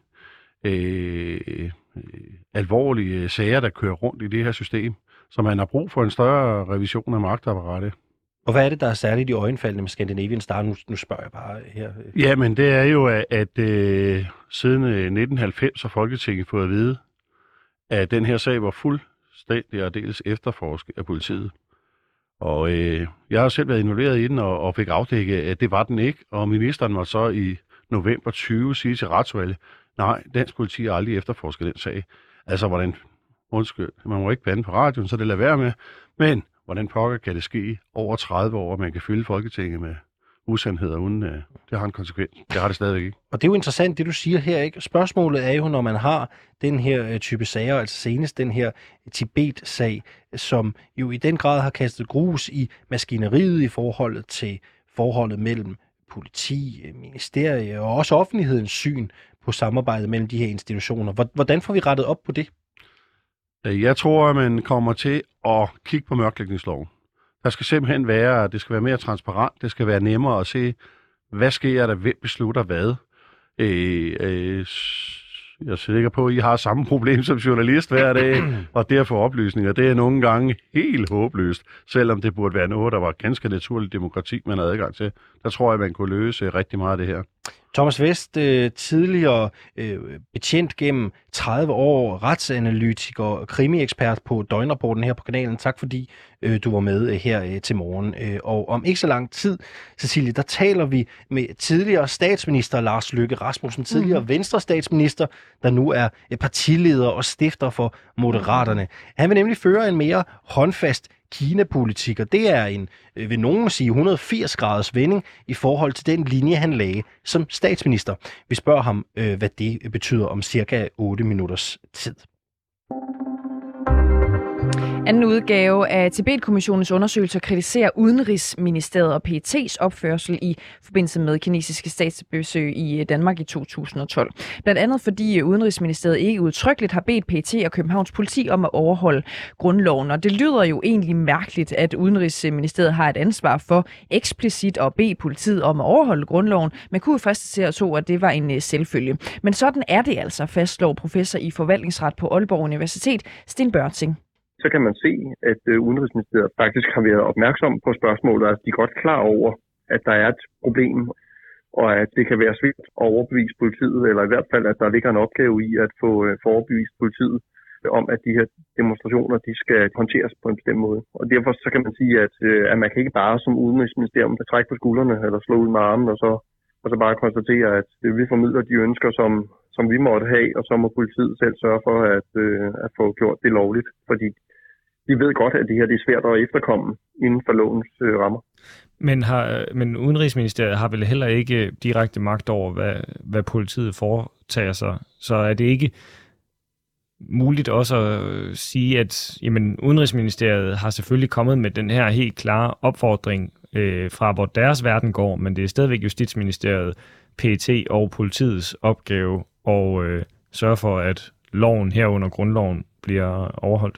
alvorlige sager, der kører rundt i det her system, så man har brug for en større revision af magtapparatet. Og hvad er det, der er særligt i øjenfaldene med Scandinavian Star? Nu spørger jeg bare her. Jamen, det er jo, at siden 1990 har Folketinget fået at vide, at den her sag var fuldstændig og dels efterforsket af politiet. Og jeg har selv været involveret i den og fik afdækket, at det var den ikke. Og ministeren var så i november 20 sige til retsudvalget, nej, dansk politi har aldrig efterforsket den sag. Altså, man må ikke bande på radioen, så det lader være med. Men hvordan pokker kan det ske over 30 år, at man kan fylde Folketinget med usandheder, uden det har en konsekvens? Det har det stadigvæk ikke. Og det er jo interessant, det du siger her, ikke? Spørgsmålet er jo, når man har den her type sager, altså senest den her Tibet-sag, som jo i den grad har kastet grus i maskineriet i forholdet mellem politi, ministerie og også offentlighedens syn på samarbejdet mellem de her institutioner. Hvordan får vi rettet op på det? Jeg tror, at man kommer til at kigge på mørklægningsloven. Der skal simpelthen det skal være mere transparent, det skal være nemmere at se, hvad sker der, hvem beslutter hvad. Jeg er sikker på, at I har samme problem som journalist hver dag, og derfor oplysninger, det er nogle gange helt håbløst, selvom det burde være noget, der var ganske naturligt demokrati, man havde adgang til. Der tror jeg, man kunne løse rigtig meget af det her. Thomas West, tidligere betjent gennem 30 år, retsanalytiker og krimiekspert på Døgnrapporten her på kanalen. Tak fordi du var med her til morgen. Og om ikke så lang tid, Cecilie, der taler vi med tidligere statsminister Lars Løkke Rasmussen, tidligere Venstre statsminister, der nu er partileder og stifter for Moderaterne. Han vil nemlig føre en mere håndfast Kina-politik, og det er en, vil nogen sige, 180-graders vending i forhold til den linje, han lagde som statsminister. Vi spørger ham, hvad det betyder om cirka 8 minutters tid. Anden udgave af Tibet-kommissionens undersøgelser kritiserer Udenrigsministeriet og PET's opførsel i forbindelse med kinesiske statsbesøg i Danmark i 2012. Blandt andet fordi Udenrigsministeriet ikke udtrykkeligt har bedt PET og Københavns politi om at overholde grundloven. Og det lyder jo egentlig mærkeligt, at Udenrigsministeriet har et ansvar for eksplicit at bede politiet om at overholde grundloven. Man kunne jo først se at tro, at det var en selvfølge. Men sådan er det altså, fastslår professor i forvaltningsret på Aalborg Universitet, Sten Børting. Så kan man se, at Udenrigsministeriet faktisk har været opmærksom på spørgsmålet, altså de er godt klar over, at der er et problem, og at det kan være svært at overbevise politiet, eller i hvert fald, at der ligger en opgave i at få overbevist politiet om, at de her demonstrationer, de skal håndteres på en bestemt måde. Og derfor så kan man sige, at man kan ikke bare som Udenrigsministerium trække på skuldrene, eller slå ud med armen, og så bare konstatere, at vi formidler de ønsker, som vi måtte have, og så må politiet selv sørge for at få gjort det lovligt, fordi de ved godt, at det her det er svært at efterkomme inden for lovens rammer. Men Udenrigsministeriet har vel heller ikke direkte magt over, hvad politiet foretager sig. Så er det ikke muligt også at sige, at Udenrigsministeriet har selvfølgelig kommet med den her helt klare opfordring fra, hvor deres verden går, men det er stadigvæk Justitsministeriet, PET og politiets opgave at sørge for, at loven herunder grundloven bliver overholdt.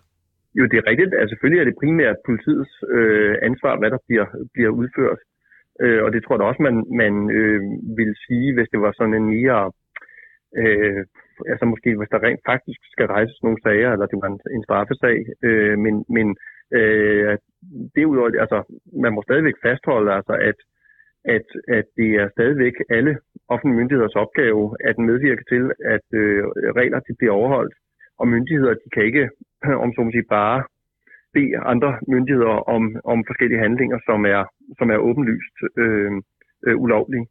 Jo, det er rigtigt. Altså, selvfølgelig er det primært politiets ansvar, hvad der bliver udført. Og det tror jeg da også, man vil sige, hvis det var sådan en mere... altså måske, hvis der rent faktisk skal rejses nogle sager, eller det var en straffesag. Men derudover, altså, man må stadigvæk fastholde, altså, at det er stadigvæk alle offentlige myndigheders opgave at medvirke til, at regler de bliver overholdt. Og myndigheder, de kan ikke, om så må sige, bare bede andre myndigheder om forskellige handlinger, som er åbenlyst ulovlige.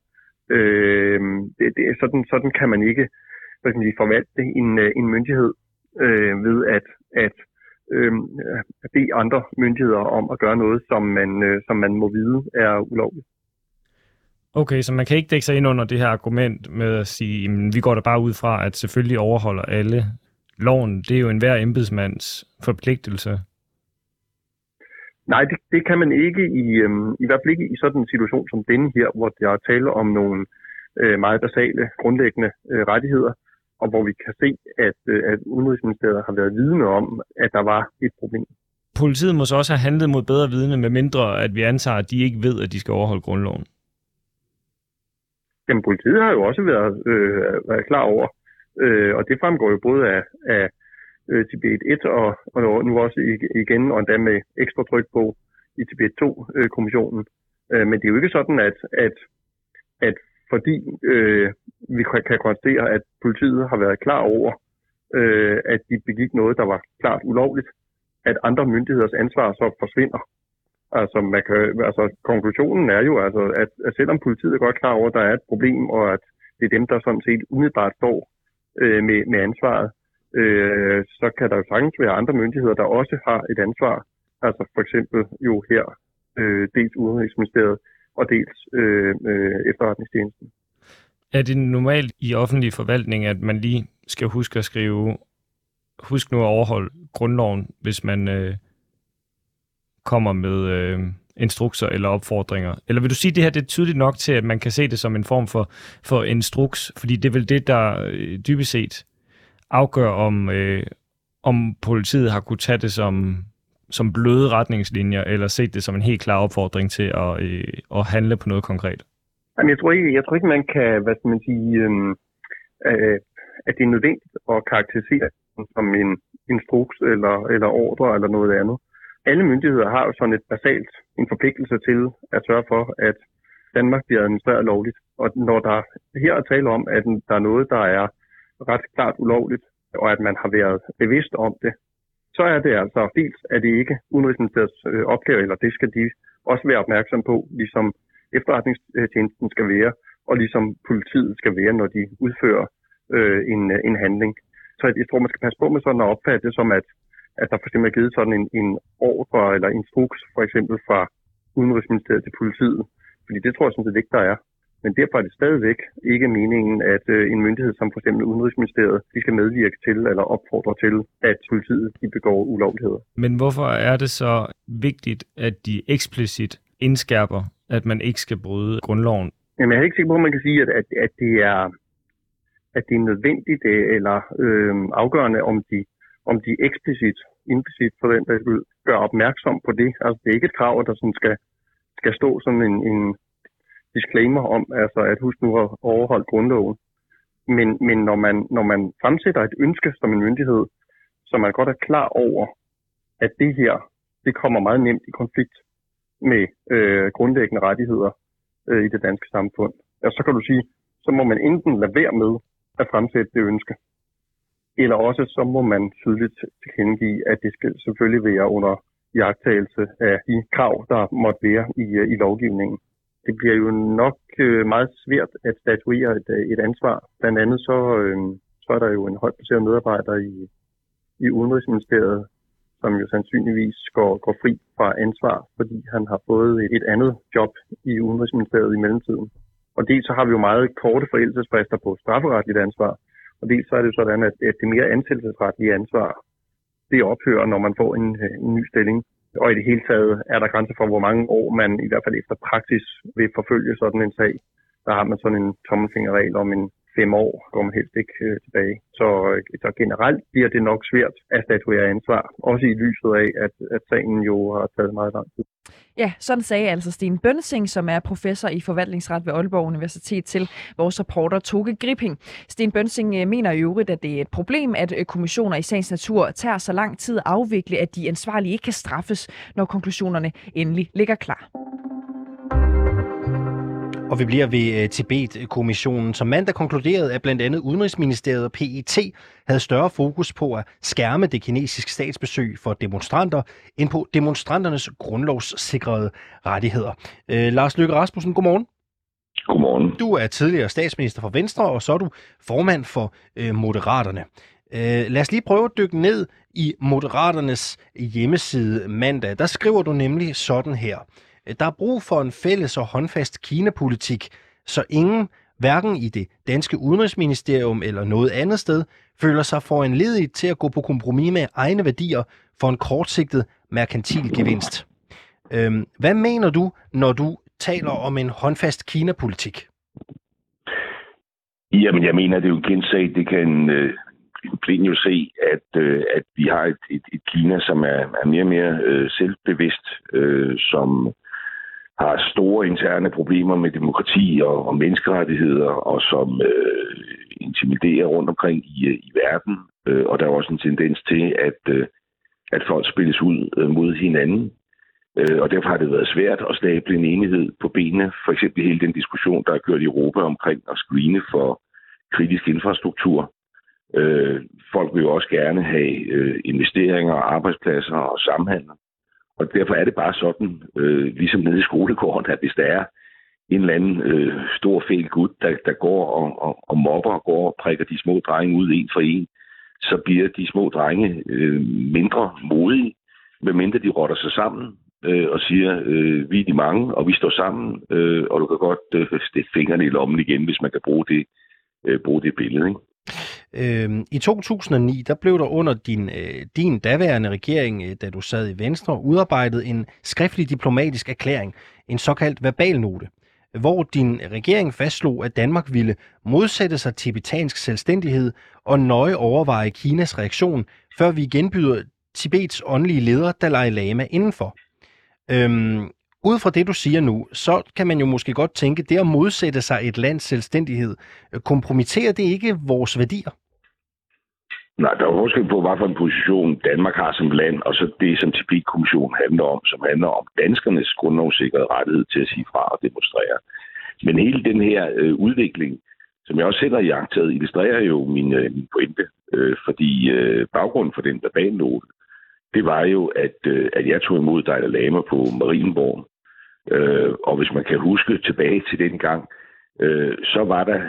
Sådan kan man ikke forvalte en myndighed ved at bede andre myndigheder om at gøre noget, som man må vide er ulovligt. Okay, så man kan ikke dække sig ind under det her argument med at sige, at vi går da bare ud fra, at selvfølgelig overholder alle loven. Det er jo enhver embedsmands forpligtelse. Nej, det kan man ikke i hvert fald ikke i sådan en situation som denne her, hvor der er tale om nogle meget basale, grundlæggende rettigheder, og hvor vi kan se, at Udenrigsministeriet har været vidne om, at der var et problem. Politiet må så også have handlet mod bedre vidne, med mindre at vi antager, at de ikke ved, at de skal overholde grundloven. Jamen, politiet har jo også været klar over, og det fremgår jo både af Tibet 1 og nu også igen, og endda med ekstra tryk på i Tibet 2-kommissionen. Men det er jo ikke sådan, at fordi vi kan konstatere, at politiet har været klar over, at de begik noget, der var klart ulovligt, at andre myndigheders ansvar så forsvinder. Altså, konklusionen er jo, altså, at selvom politiet er godt klar over, at der er et problem, og at det er dem, der sådan set umiddelbart står med ansvaret, så kan der jo sagtens være andre myndigheder, der også har et ansvar. Altså for eksempel jo her dels Udenrigsministeriet og dels efterretningstjenesten. Er det normalt i offentlig forvaltning, at man lige skal huske at skrive, husk nu at overholde grundloven, hvis man kommer med instrukser eller opfordringer? Eller vil du sige, at det her det er tydeligt nok til, at man kan se det som en form for instruks? Fordi det er vel det, der dybest set afgør, om politiet har kunne tage det som bløde retningslinjer, eller set det som en helt klar opfordring til at handle på noget konkret? Jamen, jeg tror ikke, man kan, hvad skal man sige, at det er nødvendigt at karakterisere som en instruks eller ordre eller noget andet. Alle myndigheder har jo sådan et basalt en forpligtelse til at sørge for, at Danmark bliver administreret lovligt. Og når der her er tale om, at der er noget, der er ret klart ulovligt, og at man har været bevidst om det, så er det altså dels, at det ikke Udenrigsministeriets opgave, eller det skal de også være opmærksom på, ligesom efterretningstjenesten skal være, og ligesom politiet skal være, når de udfører en handling. Så jeg tror, man skal passe på med sådan at opfatte det som, at der for eksempel er givet sådan en ordre eller instruks, for eksempel fra Udenrigsministeriet til politiet. Fordi det tror jeg sådan set ikke, der er. Men derfor er det stadigvæk ikke meningen, at en myndighed som for eksempel Udenrigsministeriet, de skal medvirke til eller opfordre til, at politiet de begår ulovligheder. Men hvorfor er det så vigtigt, at de eksplicit indskærper, at man ikke skal bryde grundloven? Jamen, jeg er ikke sikker på, at man kan sige, at det er nødvendigt eller afgørende, om de implicit for den der skyld gør opmærksom på det. Altså, det er ikke et krav, der sådan skal stå sådan en disclaimer om, altså at husk nu at overholde grundloven. Men når man fremsætter et ønske som en myndighed, så man godt er klar over, at det her, det kommer meget nemt i konflikt med grundlæggende rettigheder i det danske samfund. Altså, så kan du sige, så må man enten lade være med at fremsætte det ønske, eller også så må man tydeligt tilkendegive, at det skal selvfølgelig være under iagttagelse af de krav, der måtte være i lovgivningen. Det bliver jo nok meget svært at statuere et ansvar. Blandt andet så er der jo en højt placeret medarbejder i Udenrigsministeriet, som jo sandsynligvis går fri fra ansvar, fordi han har fået et andet job i Udenrigsministeriet i mellemtiden. Og dels så har vi jo meget korte forældelsesfrister på strafferetligt ansvar, og dels så er det jo sådan, at det mere ansættelsesretlige ansvar, det ophører, når man får en ny stilling. Og i det hele taget er der grænser for, hvor mange år man i hvert fald efter praksis vil forfølge sådan en sag. Der har man sådan en tommelfingerregel om en 5 år går man helst ikke tilbage. Så generelt bliver det nok svært at statuere ansvar, også i lyset af, at sagen jo har taget meget lang tid. Ja, sådan sagde altså Sten Bønsing, som er professor i forvaltningsret ved Aalborg Universitet, til vores reporter Toge Gripping. Sten Bønsing mener i øvrigt, at det er et problem, at kommissioner i sagens natur tager så lang tid at afvikle, at de ansvarlige ikke kan straffes, når konklusionerne endelig ligger klar. Og vi bliver ved Tibet-kommissionen, som mandag konkluderede, at blandt andet Udenrigsministeriet og PET havde større fokus på at skærme det kinesiske statsbesøg for demonstranter, end på demonstranternes grundlovssikrede rettigheder. Lars Løkke Rasmussen, godmorgen. Godmorgen. Du er tidligere statsminister for Venstre, og så er du formand for Moderaterne. Lad os lige prøve at dykke ned i Moderaternes hjemmeside mandag. Der skriver du nemlig sådan her. Der er brug for en fælles og håndfast Kina-politik, så ingen, hverken i det danske udenrigsministerium eller noget andet sted, føler sig foranlediget til at gå på kompromis med egne værdier for en kortsigtet merkantil gevinst. Hvad mener du, når du taler om en håndfast Kina-politik? Jamen, jeg mener, det er jo en kendt sag. Det kan en blind jo se, at vi har et Kina, som er mere og mere selvbevidst, som har store interne problemer med demokrati og menneskerettigheder, og som intimiderer rundt omkring i verden. Og der er også en tendens til, at folk spilles ud mod hinanden. Og derfor har det været svært at stable en enighed på benene. For eksempel hele den diskussion, der er kørt i Europa omkring at screene for kritisk infrastruktur. Folk vil jo også gerne have investeringer, arbejdspladser og samhandel. Og derfor er det bare sådan, ligesom nede i skolegården, at hvis der er en eller anden stor fæl gut, der går og mobber og går og prikker de små drenge ud en for en, så bliver de små drenge mindre modige, medmindre de rotter sig sammen og siger, vi er de mange, og vi står sammen, og du kan godt stikke fingrene i lommen igen, hvis man kan bruge det billede, ikke? I 2009, der blev der under din daværende regering, da du sad i Venstre, udarbejdet en skriftlig diplomatisk erklæring, en såkaldt verbalnote, hvor din regering fastslog, at Danmark ville modsætte sig tibetansk selvstændighed og nøje overveje Kinas reaktion, før vi genbyder Tibets åndelige leder Dalai Lama indenfor. Ud fra det, du siger nu, så kan man jo måske godt tænke, det at modsætte sig et lands selvstændighed, kompromitterer det ikke vores værdier? Nej, der er forskel på, hvad for en position Danmark har som land, og så det, som Tibet-kommissionen handler om, som handler om danskernes grundlovssikrede rettighed til at sige fra og demonstrere. Men hele den her udvikling, som jeg også selv har iagttaget, illustrerer jo min pointe, fordi baggrunden for den verbalnote, det var jo, at jeg tog imod Dalai Lama på Marienborg. Og hvis man kan huske tilbage til den gang, så var der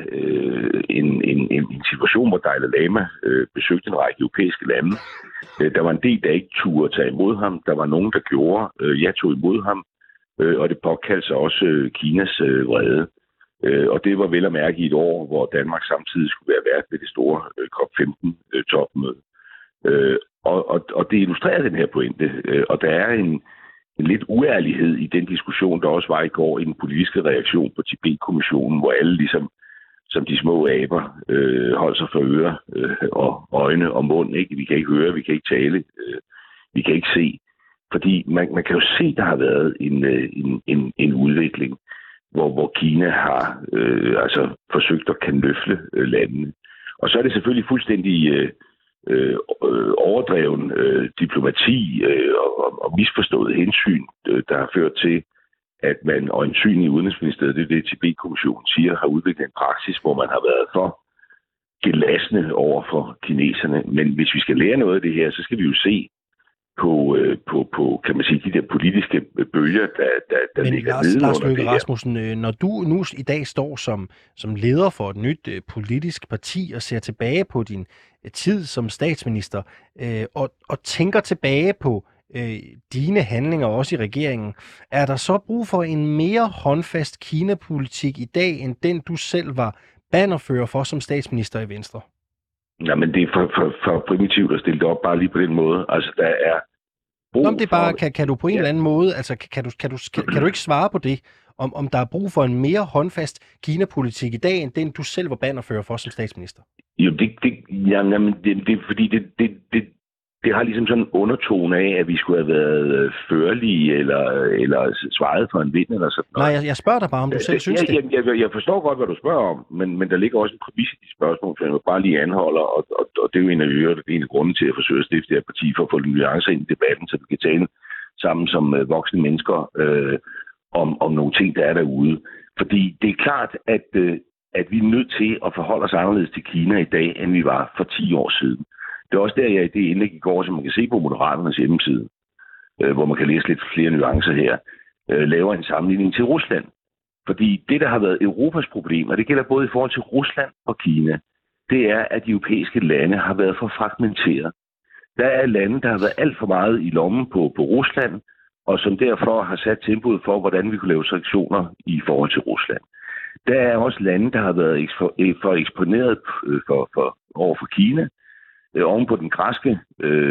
en situation, hvor Dalai Lama besøgte en række europæiske lande. Der var en del, der ikke turde tage imod ham. Der var nogen, der gjorde. Jeg tog imod ham, og det påkaldte sig også Kinas vrede. Og det var vel at mærke i et år, hvor Danmark samtidig skulle være vært ved det store COP15-topmøde. Og det illustrerer den her pointe. Og der er en lidt uærlighed i den diskussion, der også var i går i den politiske reaktion på Tibet-kommissionen, hvor alle ligesom som de små aber holder sig for ører og øjne og mund. Ikke? Vi kan ikke høre, vi kan ikke tale, vi kan ikke se. Fordi man kan jo se, der har været en udvikling, hvor Kina har forsøgt at kanøfle landene. Og så er det selvfølgelig fuldstændig overdreven diplomati og misforstået hensyn, der har ført til, at man øjensynligt i Udenrigsministeriet, det er det Tibet-kommissionen siger, har udviklet en praksis, hvor man har været for gelassende over for kineserne. Men hvis vi skal lære noget af det her, så skal vi jo se på kan man sige, de der politiske bølger, der ligger nedenunder Lars Løkke det her. Rasmussen, når du nu i dag står som leder for et nyt politisk parti og ser tilbage på din tid som statsminister og tænker tilbage på dine handlinger også i regeringen, er der så brug for en mere håndfast Kina-politik i dag, end den du selv var bannerfører for som statsminister i Venstre? Jamen, det er for primitivt at stille det op bare lige på den måde. Altså, der er brug det er bare, kan du på en eller anden måde, altså kan du ikke svare på det, om der er brug for en mere håndfast Kina-politik i dag, end den du selv var bannerfører for som statsminister? Jo, det er fordi det har ligesom sådan en undertone af, at vi skulle have været førlige eller svaret for en vind eller sådan noget. Nej, jeg spørger dig bare, om du selv synes det. Jeg forstår godt, hvad du spørger om, men der ligger også en præmis i de spørgsmål, som jeg bare lige anholder, og det er jo en af grunden til at forsøge at stifte det her parti, for at få nuancer ind i debatten, så vi kan tale sammen som voksne mennesker om nogle ting, der er derude. Fordi det er klart, at vi er nødt til at forholde os anderledes til Kina i dag, end vi var for 10 år siden. Det er også der, jeg i det indlæg i går, som man kan se på Moderaternes hjemmeside, hvor man kan læse lidt flere nuancer her, laver en sammenligning til Rusland. Fordi det, der har været Europas problem, og det gælder både i forhold til Rusland og Kina, det er, at de europæiske lande har været for fragmenteret. Der er lande, der har været alt for meget i lommen på Rusland, og som derfor har sat tempoet for, hvordan vi kunne lave sanktioner i forhold til Rusland. Der er også lande, der har været for eksponeret over for Kina. Oven på den græske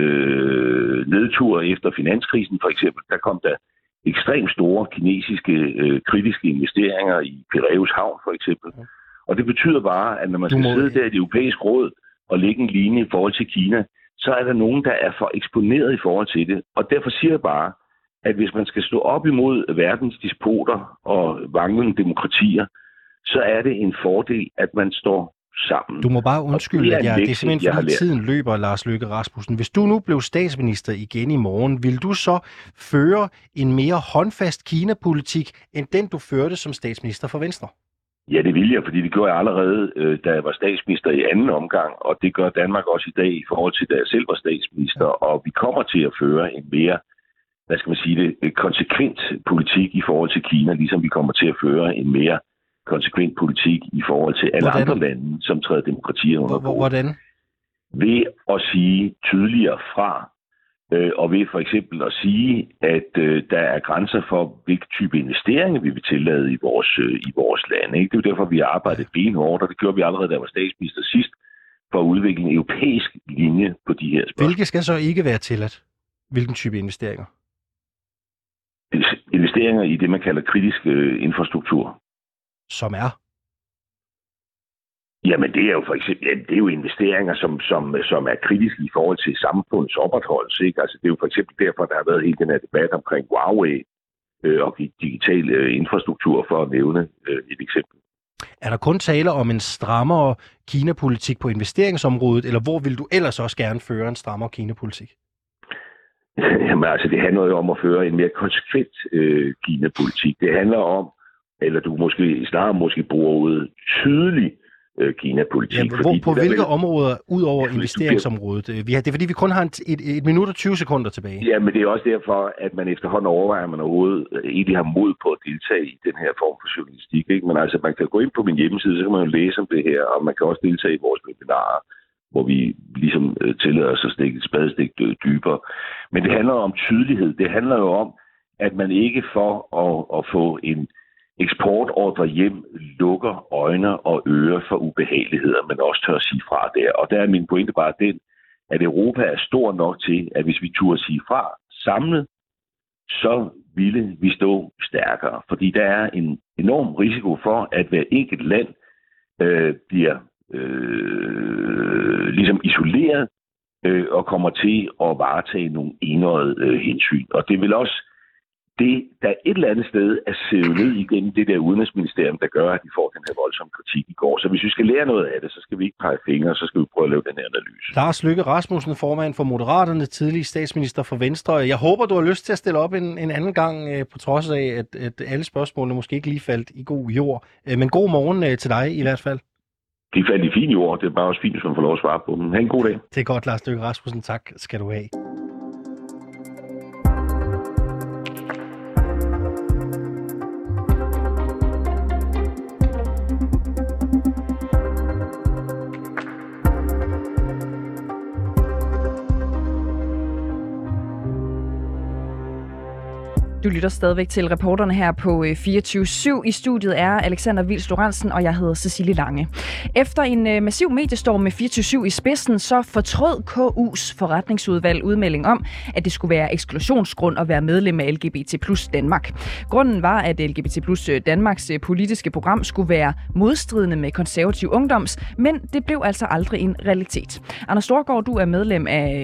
nedtur efter finanskrisen for eksempel, der kom der ekstremt store kinesiske kritiske investeringer i Piraeus havn for eksempel. Og det betyder bare, at når man skal sidde der i det europæiske råd og lægge en linje i forhold til Kina, så er der nogen, der er for eksponeret i forhold til det. Og derfor siger jeg bare, at hvis man skal stå op imod verdens despoter og manglende demokratier, så er det en fordel, at man står sammen. Du må bare undskylde, at det er simpelthen fordi tiden løber, Lars Løkke Rasmussen. Hvis du nu blev statsminister igen i morgen, vil du så føre en mere håndfast Kina-politik, end den du førte som statsminister for Venstre? Ja, det vil jeg, fordi det gjorde jeg allerede, da jeg var statsminister i anden omgang, og det gør Danmark også i dag i forhold til, da jeg selv var statsminister, og vi kommer til at føre en mere, hvad skal man sige det, konsekvent politik i forhold til Kina, ligesom vi kommer til at føre en mere konsekvent politik i forhold til alle andre lande, som træder demokratier under bordet. Hvordan? Ved at sige tydeligere fra, og ved for eksempel at sige, at der er grænser for, hvilken type investeringer vi vil tillade i vores land. Ikke? Det er jo derfor, vi har arbejdet benhårdt, og det gjorde vi allerede, da jeg var statsminister sidst, for at udvikle en europæisk linje på de her spørgsmål. Hvilke skal så ikke være tilladt? Hvilken type investeringer? Investeringer i det, man kalder kritisk infrastruktur. Som er? Jamen, det er jo for eksempel det er jo investeringer, som er kritiske i forhold til samfundets opretholdelse. Ikke? Altså, det er jo for eksempel derfor, der har været hele den her debat omkring Huawei og digital infrastruktur, for at nævne et eksempel. Er der kun tale om en strammere Kina-politik på investeringsområdet, eller hvor vil du ellers også gerne føre en strammere Kina-politik? Jamen, altså, det handler jo om at føre en mere konsekvent Kina-politik. Det handler om, eller du måske bruger ud tydelig Kina-politik. Ja, på hvilke områder, ud over investeringsområdet? Det er fordi, vi kun har et minut og 20 sekunder tilbage. Ja, men det er også derfor, at man efterhånden overvejer, at man overhovedet egentlig har mod på at deltage i den her form for journalistik. Ikke? Men altså, man kan gå ind på min hjemmeside, så kan man jo læse om det her, og man kan også deltage i vores webinarer, hvor vi ligesom tillader os at stikke et spadestik dybere. Men det handler om tydelighed. Det handler jo om, at man ikke for at få en eksportordre hjem lukker øjne og ører for ubehageligheder, men også tør at sige fra der. Og der er min pointe bare den, at Europa er stor nok til, at hvis vi turde sige fra samlet, så ville vi stå stærkere. Fordi der er en enorm risiko for, at hver enkelt land bliver ligesom isoleret og kommer til at varetage nogle enøjede hensyn. Og det vil også der et eller andet sted er sævet ned igennem det der udenrigsministerium, der gør, at de får den her voldsomme kritik i går. Så hvis vi skal lære noget af det, så skal vi ikke pege fingre, så skal vi prøve at lave den her analyse. Lars Løkke Rasmussen, formand for Moderaterne, tidligere statsminister for Venstre. Jeg håber, du har lyst til at stille op en anden gang, på trods af, at alle spørgsmålene måske ikke lige faldt i god jord. Men god morgen til dig i hvert fald. De faldt i fin jord. Det er bare også fint, hvis man får lov at svare på dem. Ha' en god dag. Det er godt, Lars Løkke Rasmussen. Tak skal du have. Du lytter stadigvæk til reporterne her på 24/7. I studiet er Alexander Vils Lorentzen, og jeg hedder Cecilie Lange. Efter en massiv mediestorm med 24/7 i spidsen, så fortrød KU's forretningsudvalg udmelding om, at det skulle være eksklusionsgrund at være medlem af LGBT plus Danmark. Grunden var, at LGBT plus Danmarks politiske program skulle være modstridende med konservativ ungdoms, men det blev altså aldrig en realitet. Anders Storgård, du er medlem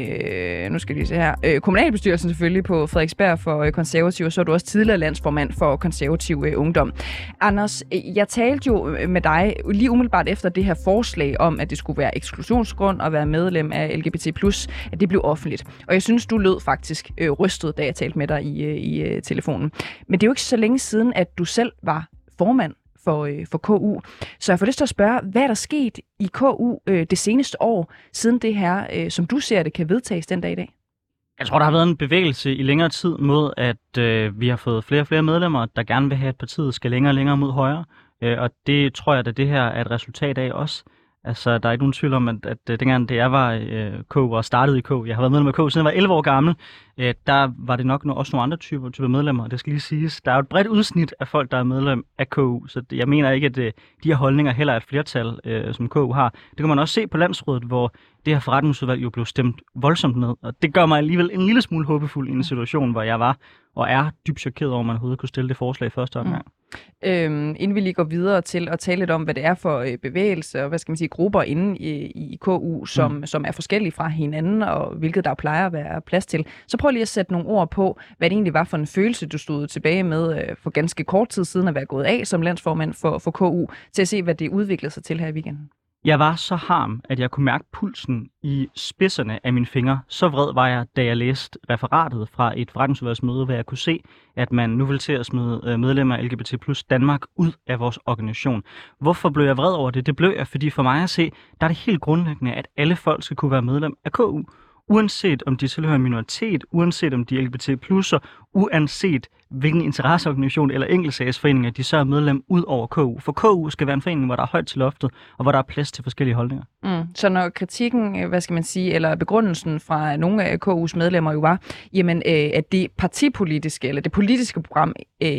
af, nu skal vi se her, kommunalbestyrelsen selvfølgelig på Frederiksberg for konservativ, og så er du også tidligere landsformand for konservativ ungdom. Anders, jeg talte jo med dig lige umiddelbart efter det her forslag om, at det skulle være eksklusionsgrund at være medlem af LGBT+, at det blev offentligt. Og jeg synes, du lød faktisk rystet, da jeg talte med dig i telefonen. Men det er jo ikke så længe siden, at du selv var formand for KU. Så jeg får lyst til at spørge, hvad er der sket i KU det seneste år, siden det her, som du ser det, kan vedtages den dag i dag? Jeg tror, der har været en bevægelse i længere tid mod, at vi har fået flere og flere medlemmer, der gerne vil have, at partiet skal længere og længere mod højre. Og det tror jeg, at det her er et resultat af også. Altså, der er ikke nogen tvivl om, at dengang jeg var KU og startede i KU, jeg har været medlem af KU siden jeg var 11 år gammel, der var det nok også nogle andre typer medlemmer. Det skal lige siges. Der er jo et bredt udsnit af folk, der er medlem af KU, så jeg mener ikke, at de her holdninger heller er et flertal, som KU har. Det kan man også se på landsrådet, hvor det her forretningsudvalg jo blev stemt voldsomt ned. Og det gør mig alligevel en lille smule håbefuld i en situation, hvor jeg var og er dybt chokeret over, at man overhovedet kunne stille det forslag i første omgang. Inden vi lige går videre til at tale lidt om, hvad det er for bevægelser og hvad skal man sige, grupper inde i KU, som er forskellige fra hinanden, og hvilket der plejer at være plads til, så prøv lige at sætte nogle ord på, hvad det egentlig var for en følelse, du stod tilbage med for ganske kort tid siden at være gået af som landsformand for KU, til at se, hvad det udviklede sig til her i weekenden. Jeg var så harm, at jeg kunne mærke pulsen i spidserne af mine fingre. Så vred var jeg, da jeg læste referatet fra et forretningsudvalgsmøde, hvor jeg kunne se, at man nu vil til at smide medlemmer af LGBT plus Danmark ud af vores organisation. Hvorfor blev jeg vred over det? Det blev jeg, fordi for mig at se, der er det helt grundlæggende, at alle folk skal kunne være medlem af KU. Uanset om de tilhører en minoritet, uanset om de er LGBT plusser, uanset hvilken interesseorganisation eller enkeltsagsforeninger de så er medlem ud over KU. For KU skal være en forening, hvor der er højt til loftet, og hvor der er plads til forskellige holdninger. Så når kritikken, hvad skal man sige, eller begrundelsen fra nogle af KU's medlemmer jo var, jamen, at det partipolitiske, eller det politiske program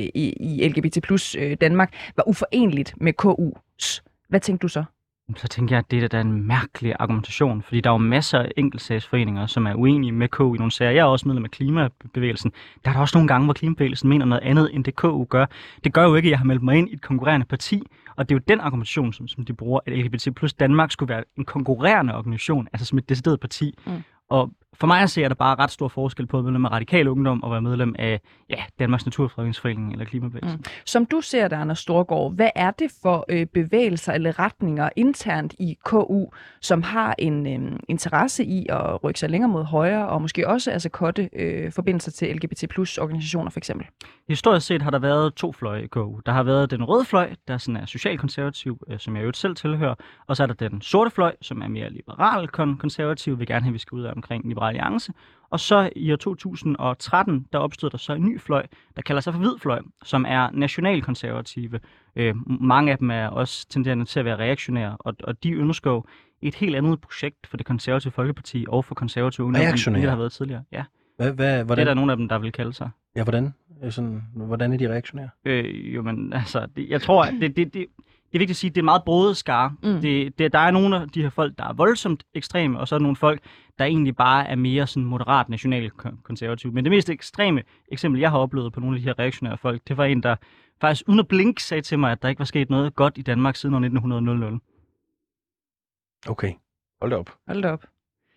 i LGBT plus Danmark var uforenligt med KU's. Hvad tænkte du så? Så tænker jeg, at det er en mærkelig argumentation, fordi der er jo masser af enkeltsagsforeninger, som er uenige med KU i nogle sager. Jeg er også medlem af klimabevægelsen. Der er der også nogle gange, hvor klimabevægelsen mener noget andet, end det KU gør. Det gør jo ikke, at jeg har meldt mig ind i et konkurrerende parti, og det er jo den argumentation, som de bruger, at LGBT plus Danmark skulle være en konkurrerende organisation, altså som et decideret parti. Og for mig at se, er der bare ret stor forskel på at være medlem af Radikal Ungdom og være medlem af Danmarks Naturfredningsforening eller Klimabevægelsen. Som du ser det, Anders Storgård, hvad er det for bevægelser eller retninger internt i KU, som har en interesse i at rykke sig længere mod højre, og måske også altså korte forbindelser til LGBT plus organisationer for eksempel? Historisk set har der været to fløje i KU. Der har været den røde fløj, der sådan er socialkonservativ, som jeg jo selv tilhører, og så er der den sorte fløj, som er mere liberal konservativ, vil gerne have, at vi skal ud af omkring Liberal Alliance. Og så i år 2013, der opstod der så en ny fløj, der kalder sig for hvid fløj, som er nationalkonservative. Mange af dem er også tenderende til at være reaktionære, og de ønsker jo et helt andet projekt for det konservative Folkeparti og for konservative ungdom, end det har været tidligere. Ja. Hvordan? Det er der nogle af dem, der vil kalde sig. Ja, hvordan? Hvordan er de reaktionære? Jo, men altså, jeg tror, at det er vigtigt at sige, at det er meget broget skare. Der er nogle af de her folk, der er voldsomt ekstreme, og så er der nogle folk, der egentlig bare er mere sådan moderat nationalkonservative. Men det mest ekstreme eksempel, jeg har oplevet på nogle af de her reaktionære folk, det var en, der faktisk uden at blinke sagde til mig, at der ikke var sket noget godt i Danmark siden år 1900. Okay, hold da op.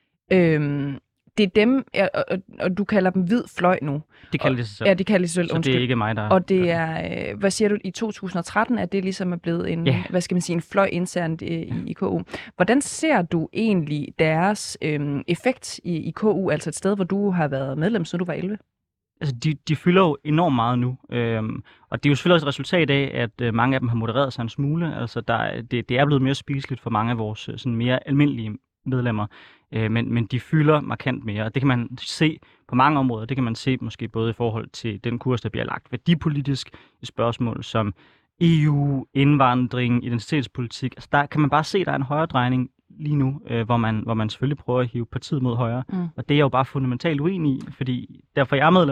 Det er dem, og du kalder dem hvid fløj nu. De kalder det sig selv. Ja, de kalder det sig selv. Så det er ikke mig, der... Og det er, hvad siger du, i 2013, at det ligesom er blevet en, hvad skal man sige, en fløj internt i KU. Hvordan ser du egentlig deres effekt i KU, altså et sted, hvor du har været medlem, siden du var 11? Altså, de fylder jo enormt meget nu, og det er jo selvfølgelig også et resultat af, at mange af dem har modereret sig en smule. Altså, det er blevet mere spiseligt for mange af vores sådan mere almindelige medlemmer, men de fylder markant mere, og det kan man se på mange områder. Det kan man se måske både i forhold til den kurs, der bliver lagt værdipolitisk i spørgsmål som EU, indvandring, identitetspolitik. Altså, der kan man bare se, at der er en højre drejning lige nu, hvor man selvfølgelig prøver at hive partiet mod højre. Og det er jeg jo bare fundamentalt uenig i, fordi derfor jeg er medlem af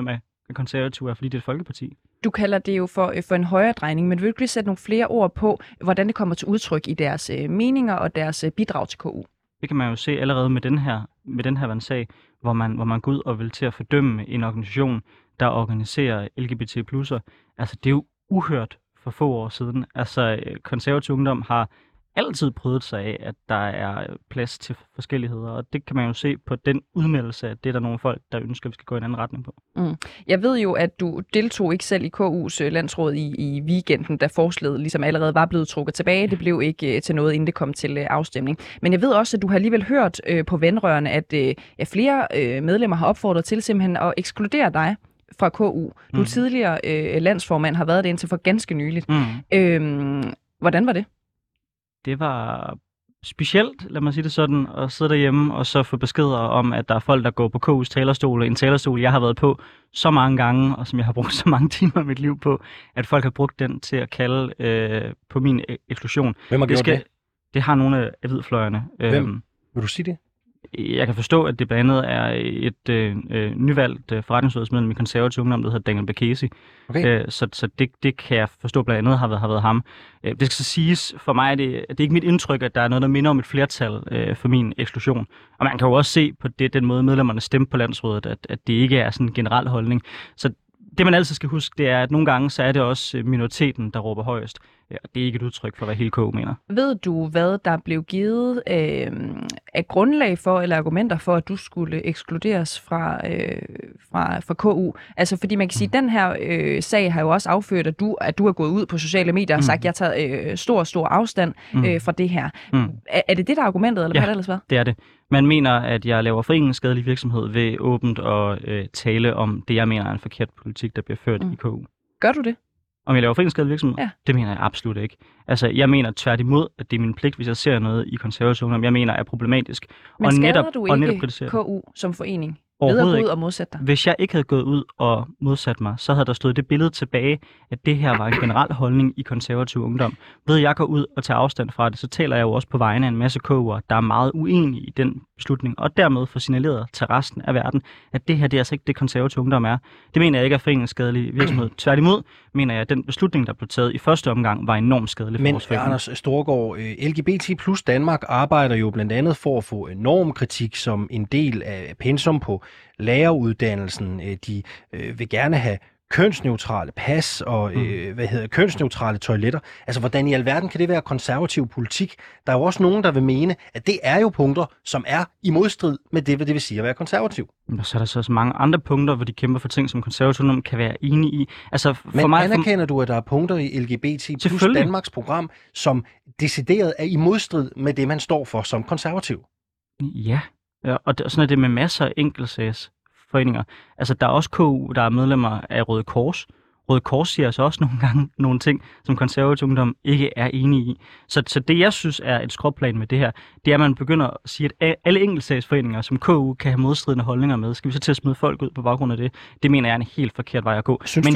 konservative er, fordi det er et folkeparti. Du kalder det jo for en højredrejning, men vil du ikke lige sætte nogle flere ord på, hvordan det kommer til udtryk i deres meninger og deres bidrag til KU? Det kan man jo se allerede med den her sag, hvor man går ud og vil til at fordømme en organisation, der organiserer LGBT+. Altså, det er jo uhørt for få år siden. Altså, konservativ ungdom har altid prøvet sig af, at der er plads til forskelligheder, og det kan man jo se på den udmeldelse, at det er der nogle folk, der ønsker, at vi skal gå i en anden retning på. Jeg ved jo, at du deltog ikke selv i KU's landsråd i weekenden, da forslaget ligesom allerede var blevet trukket tilbage. Det blev ikke til noget, inden det kom til afstemning. Men jeg ved også, at du har alligevel hørt på vandrørene, at flere medlemmer har opfordret til simpelthen at ekskludere dig fra KU. Du er tidligere landsformand, har været det indtil for ganske nyligt. Hvordan var det? Det var specielt, lad mig sige det sådan, at sidde derhjemme og så få beskeder om, at der er folk, der går på KU's talerstol. En talerstol, jeg har været på så mange gange, og som jeg har brugt så mange timer af mit liv på, at folk har brugt den til at kalde på min eksklusion. Hvem har gjort det? Det har nogle af hvidfløjerne. Hvem? Vil du sige det? Jeg kan forstå, at det blandt andet er et nyvalgt forretningsudvalgsmedlem i konservativ ungdom, der hedder Daniel Bekesi. Okay. Så det kan jeg forstå blandt andet har været ham. Det skal så siges, for mig det er ikke mit indtryk, at der er noget, der minder om et flertal for min eksklusion. Og man kan jo også se på den måde, medlemmerne stemte på landsrådet, at det ikke er sådan en generel holdning. Så det, man altid skal huske, det er, at nogle gange så er det også minoriteten, der råber højest. Det er ikke et udtryk for, hvad hele KU mener. Ved du, hvad der blev givet af grundlag for, eller argumenter for, at du skulle ekskluderes fra KU? Altså, fordi man kan sige, at den her sag har jo også afført, at du er gået ud på sociale medier og sagt, at jeg tager stor afstand fra det her. Er det det, der er argumentet, eller hvad det ellers var? Det er det. Man mener, at jeg laver foreningsskadelig virksomhed ved åbent at tale om det, jeg mener er en forkert politik, der bliver ført i KU. Gør du det? Om jeg laver foreningsskadelig virksomhed? Ja. Det mener jeg absolut ikke. Altså, jeg mener tværtimod, at det er min pligt, hvis jeg ser noget i konservativ ungdom, jeg mener er problematisk. Men skader du ikke KU som forening? Overhovedet ikke. Og modsætte dig? Hvis jeg ikke havde gået ud og modsat mig, så havde der stået det billede tilbage, at det her var en generel holdning i konservativ ungdom. Ved jeg går ud og tager afstand fra det, så taler jeg jo også på vegne af en masse KU'er, der er meget uenige i den beslutning, og dermed får signaleret til resten af verden, at det her det er altså ikke det konservativ ungdom er. Det mener jeg ikke er foreningsskadelig virksomhed. Tværtimod mener jeg, at den beslutning, der blev taget i første omgang, var enormt skadelig for vores forening. Men Anders Storgård, LGBT plus Danmark arbejder jo blandt andet for at få normkritik som en del af pensum på læreruddannelsen. De vil gerne have kønsneutrale pas og kønsneutrale toiletter. Altså, hvordan i alverden kan det være konservativ politik? Der er jo også nogen, der vil mene, at det er jo punkter, som er i modstrid med det, hvad det vil sige at være konservativ. Og så er der så mange andre punkter, hvor de kæmper for ting, som konservative kan være enige i. Altså, Men anerkender du, at der er punkter i LGBT plus Danmarks program, som decideret er i modstrid med det, man står for som konservativ? Ja, og sådan er det med masser af enkeltsagsforeninger. Altså, der er også KU, der er medlemmer af Røde Kors. Røde Kors siger altså også nogle gange nogle ting, som konservativ ungdom ikke er enige i. Så det, jeg synes er et skråplan med det her, det er, at man begynder at sige, at alle enkeltsagsforeninger, som KU kan have modstridende holdninger med, skal vi så til at smide folk ud på baggrund af det? Det mener jeg er en helt forkert vej at gå. Synes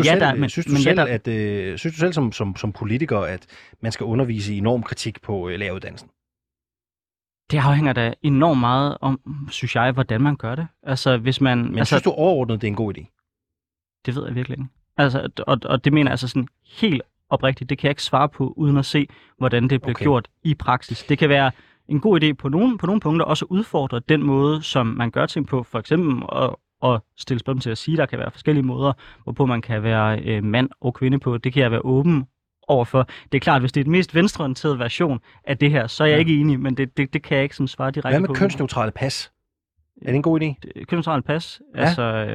du selv som politiker, at man skal undervise i normkritik på læreruddannelsen? Det afhænger da enormt meget om, synes jeg, hvordan man gør det. Altså, hvis man... Men synes du overordnet, det er en god idé? Det ved jeg virkelig ikke. Altså, og det mener jeg altså sådan helt oprigtigt. Det kan jeg ikke svare på, uden at se, hvordan det bliver gjort i praksis. Det kan være en god idé på nogle punkter, også udfordre den måde, som man gør ting på. For eksempel at stille spørgsmål til at sige, at der kan være forskellige måder, hvorpå man kan være mand og kvinde på. Det kan jeg være åben overfor. Det er klart, hvis det er den mest venstreorienterede version af det her, så er jeg ikke enig, men det kan jeg ikke sådan svare direkte på. Hvad med kønsneutrale pas? Er det en god idé? Kønsneutrale pas? Ja. Altså...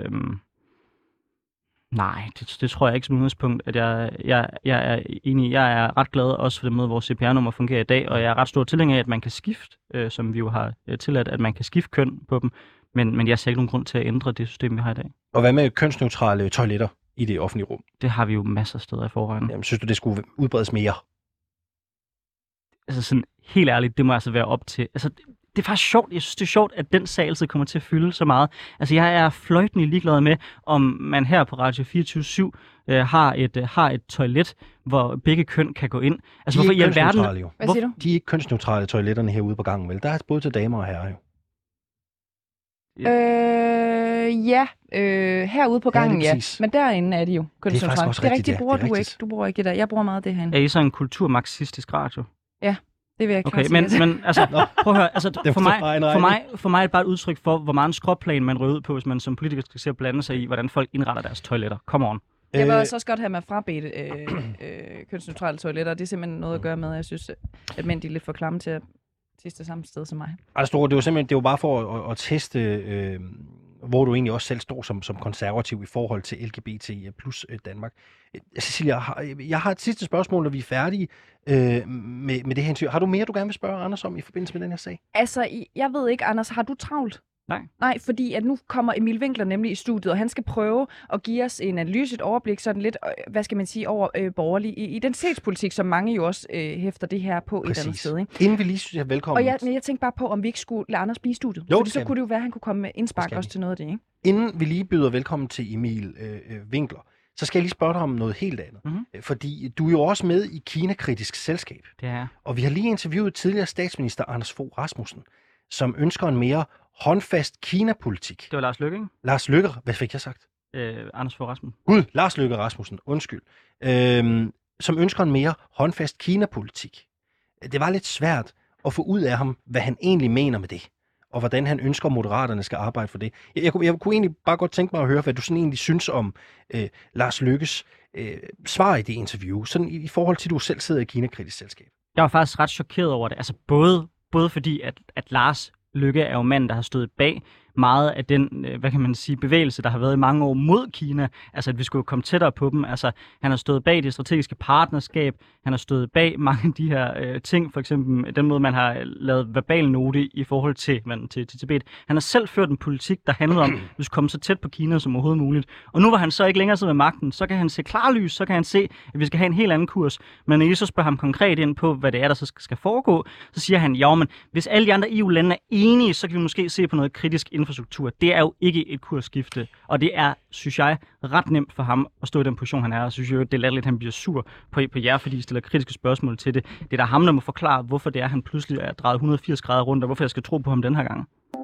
Nej, det tror jeg ikke som udgangspunkt, at jeg er enig i. Jeg er ret glad også for den måde, vores CPR-nummer fungerer i dag, og jeg er ret stor tilhænger af, at man kan skifte, som vi jo har tilladt, at man kan skifte køn på dem, men jeg ser ikke nogen grund til at ændre det system, vi har i dag. Og hvad med kønsneutrale toiletter i det offentlige rum? Det har vi jo masser af steder i forvejen. Jamen, synes du, det skulle udbredes mere? Altså sådan, helt ærligt, det må altså være op til... Altså, det er faktisk sjovt. Jeg synes, det er sjovt, at den sag altid kommer til at fylde så meget. Altså, jeg er fløjtende ligeglad med, om man her på Radio 24/7 har et toilet, hvor begge køn kan gå ind. Altså, hvorfor i alverden... Hvad siger du? De er ikke kønsneutrale toiletterne herude på gangen, vel? Der er både til damer og herrer jo. Herude på gangen, ja. Men derinde er de jo kønsneutrale. Det er rigtigt, bruger du ikke. Du bruger ikke det der. Jeg bruger meget det herinde. Er I så en kulturmarxistisk radio? Ja, det vil jeg ikke. Okay, men altså, prøv at høre. Altså, for mig er det bare et udtryk for, hvor meget en skråplan man rører ud på, hvis man som politiker skal se at blande sig i, hvordan folk indretter deres toiletter. Come on. Jeg vil også godt have med frabedt kønsneutrale toiletter. Det er simpelthen noget at gøre med, jeg synes, at mænd de er lidt for klamme til at tiste samme sted som mig. Altså, det var bare for at teste, hvor du egentlig også selv står som konservativ i forhold til LGBT plus Danmark. Cecilia, jeg har et sidste spørgsmål, når vi er færdige med det her interview. Har du mere, du gerne vil spørge Anders om i forbindelse med den her sag? Altså, jeg ved ikke, Anders, har du travlt? Nej, fordi at nu kommer Emil Winkler nemlig i studiet, og han skal prøve at give os en analyse, et overblik, sådan lidt, hvad skal man sige, over borgerlig identitetspolitik, som mange jo også hæfter det her på. Præcis. Et andet sted. Ikke? Inden vi lige synes, jeg velkommen. Og jeg tænkte bare på, om vi ikke skulle lade Anders blive i studiet. Jo, så kunne det jo være, at han kunne komme med indspark også til noget af det, ikke? Inden vi lige byder velkommen til Emil Winkler, så skal jeg lige spørge dig om noget helt andet. Mm-hmm. Fordi du er jo også med i Kina-kritisk selskab. Det er. Og vi har lige interviewet tidligere statsminister Anders Fogh Rasmussen, som ønsker en mere håndfast Kina-politik. Det var Lars Løkke, ikke? Lars Løkke, hvad fik jeg sagt? Anders Fogh Rasmussen. Gud, Lars Løkke Rasmussen, undskyld. Som ønsker en mere håndfast Kina-politik. Det var lidt svært at få ud af ham, hvad han egentlig mener med det, og hvordan han ønsker, at Moderaterne skal arbejde for det. Jeg kunne egentlig bare godt tænke mig at høre, hvad du sådan egentlig synes om Lars Løkkes svar i det interview, sådan i forhold til, at du selv sidder i Kina-kritisk selskab. Jeg var faktisk ret chokeret over det. Altså både fordi, at Lars Løkke er jo mand, der har stået bag meget af den, hvad kan man sige, bevægelse, der har været i mange år mod Kina. Altså, at vi skulle komme tættere på dem. Altså, han har stået bag det strategiske partnerskab. Han har stået bag mange af de her ting. For eksempel den måde, man har lavet verbal note i forhold til Tibet. Han har selv ført en politik, der handlede om, at vi skulle komme så tæt på Kina som overhovedet muligt. Og nu var han så ikke længere siddet med magten. Så kan han se klarlys. Så kan han se, at vi skal have en helt anden kurs. Men når I så spørger ham konkret ind på, hvad det er, der så skal foregå, så siger han, ja, men hvis alle de andre EU-lande er enige, så kan vi måske se på noget kritisk infrastruktur. Det er jo ikke et kursskifte, og det er, synes jeg, ret nemt for ham at stå i den position, han er, og synes jeg, det er latterligt, at han bliver sur på jer, fordi I stiller kritiske spørgsmål til det. Det er da ham, der må forklare, hvorfor det er, han pludselig er drejet 180 grader rundt, og hvorfor jeg skal tro på ham den her gang.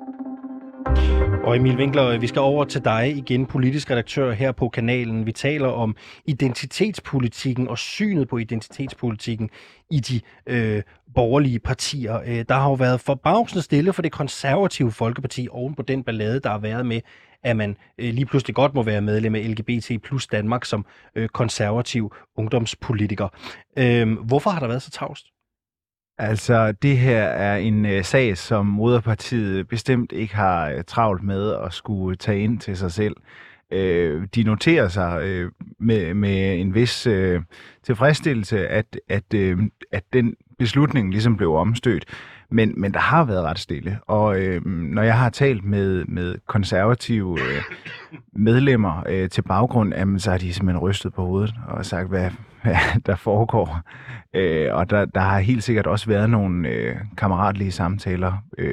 Og Emil Winkler, vi skal over til dig igen, politisk redaktør her på kanalen. Vi taler om identitetspolitikken og synet på identitetspolitikken i de borgerlige partier. Der har jo været forbavsende stille for det konservative Folkeparti oven på den ballade, der har været med, at man lige pludselig godt må være medlem af LGBT plus Danmark som konservativ ungdomspolitiker. Hvorfor har der været så tavst? Altså, det her er en sag, som moderpartiet bestemt ikke har travlt med at skulle tage ind til sig selv. De noterer sig med en vis tilfredsstillelse, at den beslutning ligesom blev omstødt. Men der har været ret stille, og når jeg har talt med konservative medlemmer til baggrund, så har de simpelthen rystet på hovedet og sagt, hvad der foregår. Og der har helt sikkert også været nogle kammeratlige samtaler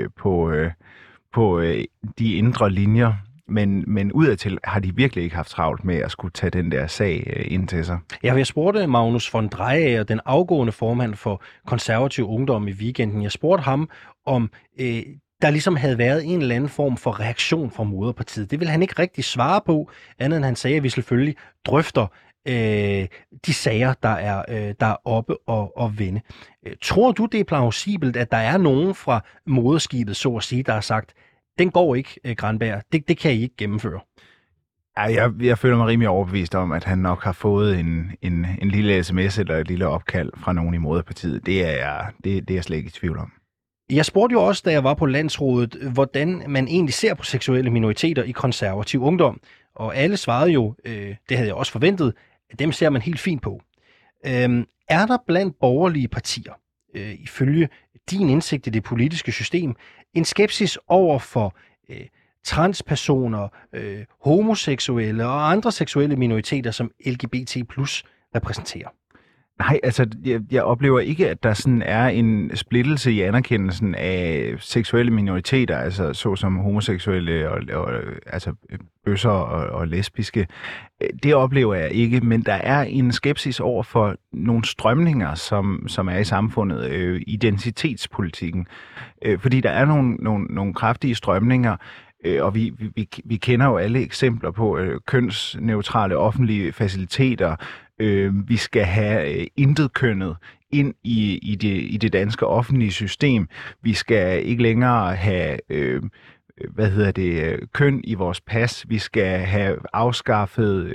på de indre linjer, men udadtil har de virkelig ikke haft travlt med at skulle tage den der sag ind til sig. Jeg spurgte Magnus von Dreyager, den afgående formand for Konservativ Ungdom i weekenden. Jeg spurgte ham, om der ligesom havde været en eller anden form for reaktion fra moderpartiet. Det ville han ikke rigtig svare på, andet end han sagde, at vi selvfølgelig drøfter de sager, der er oppe og vende. Tror du, det er plausibelt, at der er nogen fra moderskibet, så at sige, der har sagt, den går ikke, Granberg, det kan I ikke gennemføre? Ja, jeg føler mig rimelig overbevist om, at han nok har fået en lille sms eller et lille opkald fra nogen i moderpartiet. Det er jeg slet ikke i tvivl om. Jeg spurgte jo også, da jeg var på landsrådet, hvordan man egentlig ser på seksuelle minoriteter i konservativ ungdom. Og alle svarede jo, det havde jeg også forventet, at dem ser man helt fint på. Er der blandt borgerlige partier, ifølge din indsigt i det politiske system, en skepsis over for transpersoner, homoseksuelle og andre seksuelle minoriteter, som LGBT plus repræsenterer? Nej, altså jeg oplever ikke, at der sådan er en splittelse i anerkendelsen af seksuelle minoriteter, altså såsom homoseksuelle og altså bøsser og lesbiske. Det oplever jeg ikke, men der er en skepsis over for nogle strømninger, som er i samfundet, identitetspolitikken. Fordi der er nogle kraftige strømninger, Og vi kender jo alle eksempler på kønsneutrale offentlige faciliteter. Vi skal have intetkønnet ind i det danske offentlige system. Vi skal ikke længere have køn i vores pas. Vi skal have afskaffet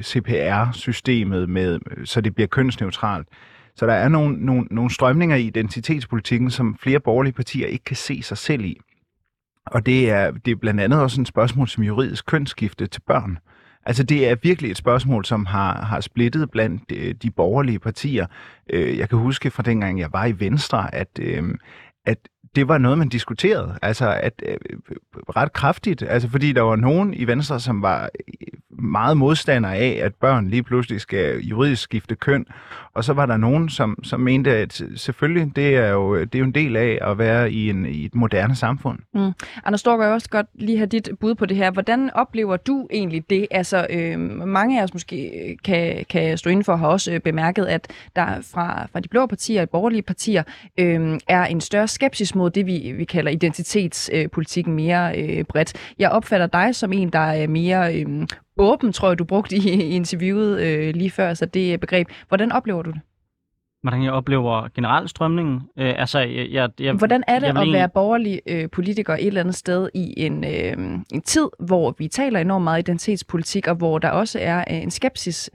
CPR-systemet så det bliver kønsneutralt. Så der er nogle strømninger i identitetspolitikken, som flere borgerlige partier ikke kan se sig selv i. Og det er blandt andet også et spørgsmål som juridisk kønsskifte til børn. Altså det er virkelig et spørgsmål, som har splittet blandt de borgerlige partier. Jeg kan huske fra dengang, jeg var i Venstre, at det var noget, man diskuterede, altså ret kraftigt, altså fordi der var nogen i Venstre, som var meget modstandere af, at børn lige pludselig skal juridisk skifte køn, og så var der nogen, som mente, at selvfølgelig, det er jo en del af at være i et moderne samfund. Anders Stork, jeg også godt lige have dit bud på det her. Hvordan oplever du egentlig det? Altså, mange af os måske kan stå inden for, har også bemærket, at der fra de blå partier og borgerlige partier er en større skepsis mod det, vi kalder identitetspolitikken mere bredt. Jeg opfatter dig som en, der er mere åben, tror jeg, du brugte i interviewet lige før, så det begreb. Hvordan oplever du det? Hvordan jeg oplever generelt strømningen? Hvordan er det at være borgerlig politiker et eller andet sted i en tid, hvor vi taler enormt meget identitetspolitik, og hvor der også er en skepsis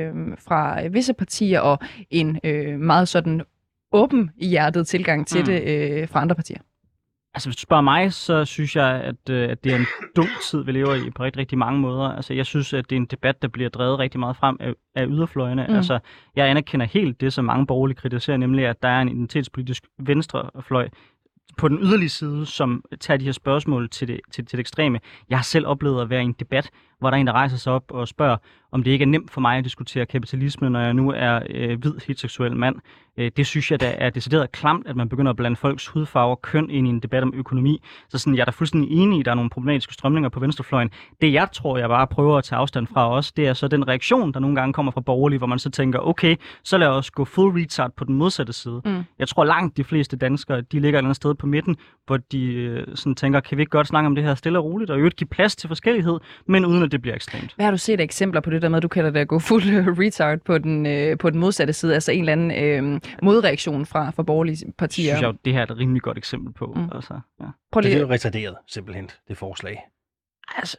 fra visse partier, og en meget sådan åben i hjertet tilgang til det fra andre partier? Altså, hvis du spørger mig, så synes jeg, at det er en dum tid, vi lever i på rigtig, rigtig mange måder. Altså, jeg synes, at det er en debat, der bliver drevet rigtig meget frem af yderfløjene. Altså, jeg anerkender helt det, som mange borgerlige kritiserer, nemlig at der er en identitetspolitisk venstrefløj på den yderlige side, som tager de her spørgsmål til det ekstreme. Jeg har selv oplevet at være i en debat, hvor der er en, der rejser sig op og spørger, om det ikke er nemt for mig at diskutere kapitalisme, når jeg nu er hvid heteroseksuel mand. Det synes jeg, der er decideret klamt, at man begynder at blande folks hudfarve og køn ind i en debat om økonomi. Så sådan, jeg er da fuldstændig enig i, at der er nogle problematiske strømninger på venstrefløjen. Det jeg tror, jeg bare prøver at tage afstand fra også, det er så den reaktion, der nogle gange kommer fra borgerlige, hvor man så tænker, okay, så lad os gå full retard på den modsatte side. Jeg tror langt de fleste danskere, de ligger et eller andet sted på midten, hvor de sådan tænker, kan vi ikke godt snakke om det her stille og roligt, og give plads til forskellighed, men uden at det bliver ekstremt. Hvad har du set af eksempler på det der med, at du kalder det at gå full retard på den modsatte side, altså en eller anden modreaktion fra borgerlige partier? Det synes jeg, det her er et rimelig godt eksempel på. Altså, ja. Det er jo retarderet, simpelthen, det forslag. Altså,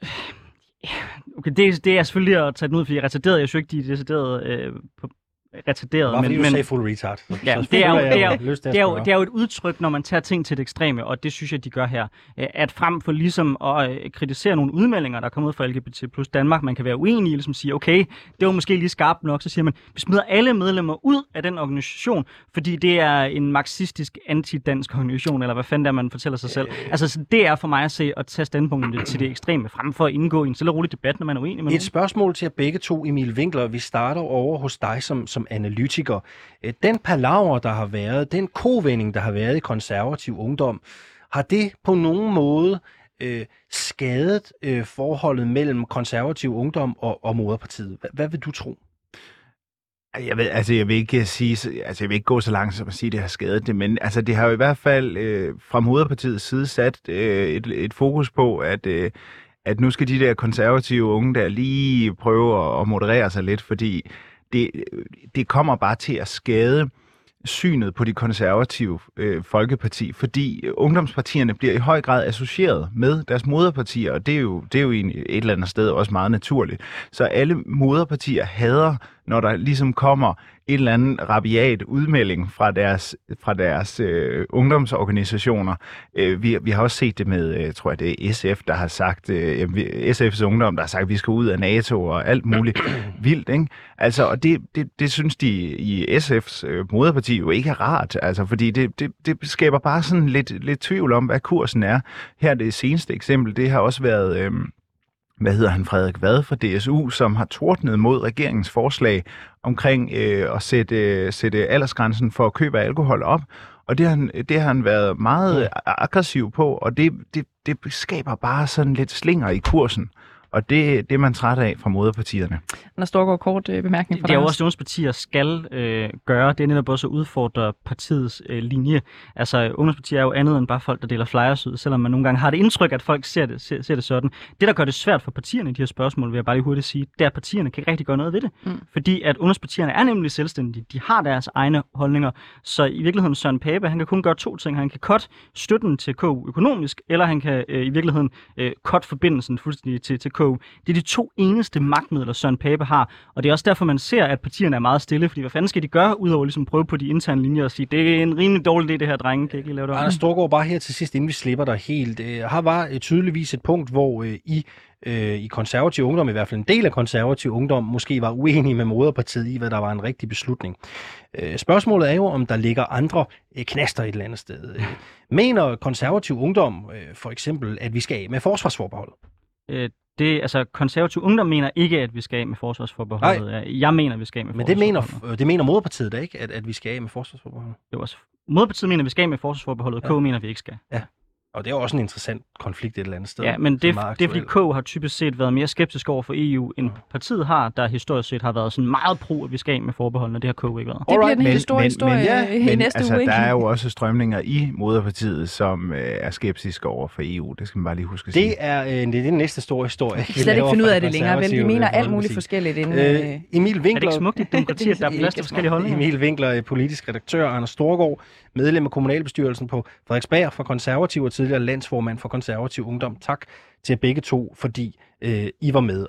okay, det er selvfølgelig at tage den ud, fordi retarderet, jeg synes ikke, de er decideret retarderet. Bare fordi du sagde full retard. Ja, det er jo et udtryk, når man tager ting til det ekstreme, og det synes jeg, de gør her. At frem for ligesom at kritisere nogle udmeldinger, der er kommet fra LGBT plus Danmark, man kan være uenig i, ligesom sige, okay, det var måske lige skarpt nok, så siger man, vi smider alle medlemmer ud af den organisation, fordi det er en marxistisk anti-dansk organisation, eller hvad fanden der man fortæller sig selv. Altså, det er for mig at se at tage standpunktet til det ekstreme, frem for at indgå i en stille og rolig debat, når man er uenig med nogen. Et spørgsmål til jer begge to, Emil Winkler. Vi starter over hos dig som analytiker. Den palaver, der har været, den kovending, der har været i konservativ ungdom, har det på nogen måde skadet forholdet mellem konservativ ungdom og moderpartiet? Hvad vil du tro? Jeg vil ikke gå så langt som at sige, at det har skadet det, men altså, det har jo i hvert fald fra moderpartiets side sat et fokus på, at nu skal de der konservative unge der lige prøve at moderere sig lidt, fordi det kommer bare til at skade synet på de konservative folkeparti, fordi ungdomspartierne bliver i høj grad associeret med deres moderpartier, og det er jo et eller andet sted også meget naturligt. Så alle moderpartier hader, når der ligesom kommer et eller andet rabiat udmelding fra deres ungdomsorganisationer. Vi har også set det med, tror jeg det er SF, der har sagt, SF's ungdom, der har sagt, at vi skal ud af NATO og alt muligt vildt, ikke? Altså, og det synes de i SF's moderparti jo ikke er rart, altså, fordi det skaber bare sådan lidt tvivl om, hvad kursen er. Her det seneste eksempel, det har også været Frederik Vad fra DSU, som har tordnet mod regeringens forslag omkring at sætte aldersgrænsen for køb af alkohol op. Og det har han været meget aggressiv på, og det skaber bare sådan lidt slinger i kursen. Og det er man træt af fra moderpartierne. Anders Storgård, kort bemærkning fra Det er dig. jo også, det partier skal gøre. Det er netop også at udfordre partiets linje. Altså, ungdomspartier er jo andet end bare folk, der deler flyers ud, selvom man nogle gange har det indtryk, at folk ser det sådan. Det, der gør det svært for partierne i de her spørgsmål, vil jeg bare lige hurtigt sige, det er, at partierne kan ikke rigtig gøre noget ved det. Fordi at ungdomspartierne er nemlig selvstændige. De har deres egne holdninger. Så i virkeligheden, Søren Pape, han kan kun gøre to ting. Han kan cut støtten til KU økonomisk, eller han kan i virkeligheden cut forbindelsen fuldstændig til KU. Det er de to eneste magtmidler, Søren Pape har. Og det er også derfor, man ser, at partierne er meget stille. Fordi hvad fanden skal de gøre, udover ligesom prøve på de interne linjer og sige, det er en rimelig dårlig idé, det her, drenge. Kan ikke lige lave det om? Anders Storgård, bare her til sidst, inden vi slipper dig helt. Her var tydeligvis et punkt, hvor i konservativ ungdom, i hvert fald en del af konservativ ungdom, måske var uenige med moderpartiet i, hvad der var en rigtig beslutning. Spørgsmålet er jo, om der ligger andre knaster et eller andet sted. Mener konservativ ungdom for eksempel, at vi skal af med forsvarsforbeholdet? Konservativ ungdom mener ikke, at vi skal af med forsvarsforbeholdet. Nej. Jeg mener, at vi skal af med forsvarsforbeholdet. Men det mener moderpartiet da ikke, at vi skal af med forsvarsforbeholdet? Jo, altså, moderpartiet mener, at vi skal af med forsvarsforbeholdet, og K mener, at vi ikke skal. Ja. Og det er også en interessant konflikt et eller andet sted. Ja, men det er fordi K har typisk set været mere skeptisk over for EU, end partiet har, der historisk set har været sådan meget pro, at vi skal af med forbeholdene. Det har K ikke været. Det bliver den helt store historie i næste uge. Der er jo også strømninger i moderpartiet, som er skeptiske over for EU. Det skal man bare lige huske at sige. Det er den næste store historie. Vi kan slet ikke finde ud af det længere, vel? Vi mener alt muligt forskelligt inden. Emil Winkler, er det ikke smukt i demokrati, at der er plads til forskellige holdninger? Emil Winkler, politisk redaktør, Anders Storgård, medlem af kommunalbestyrelsen på Frederiksberg for Konservativ og tidligere landsformand for Konservativ Ungdom. Tak til begge to, fordi I var med.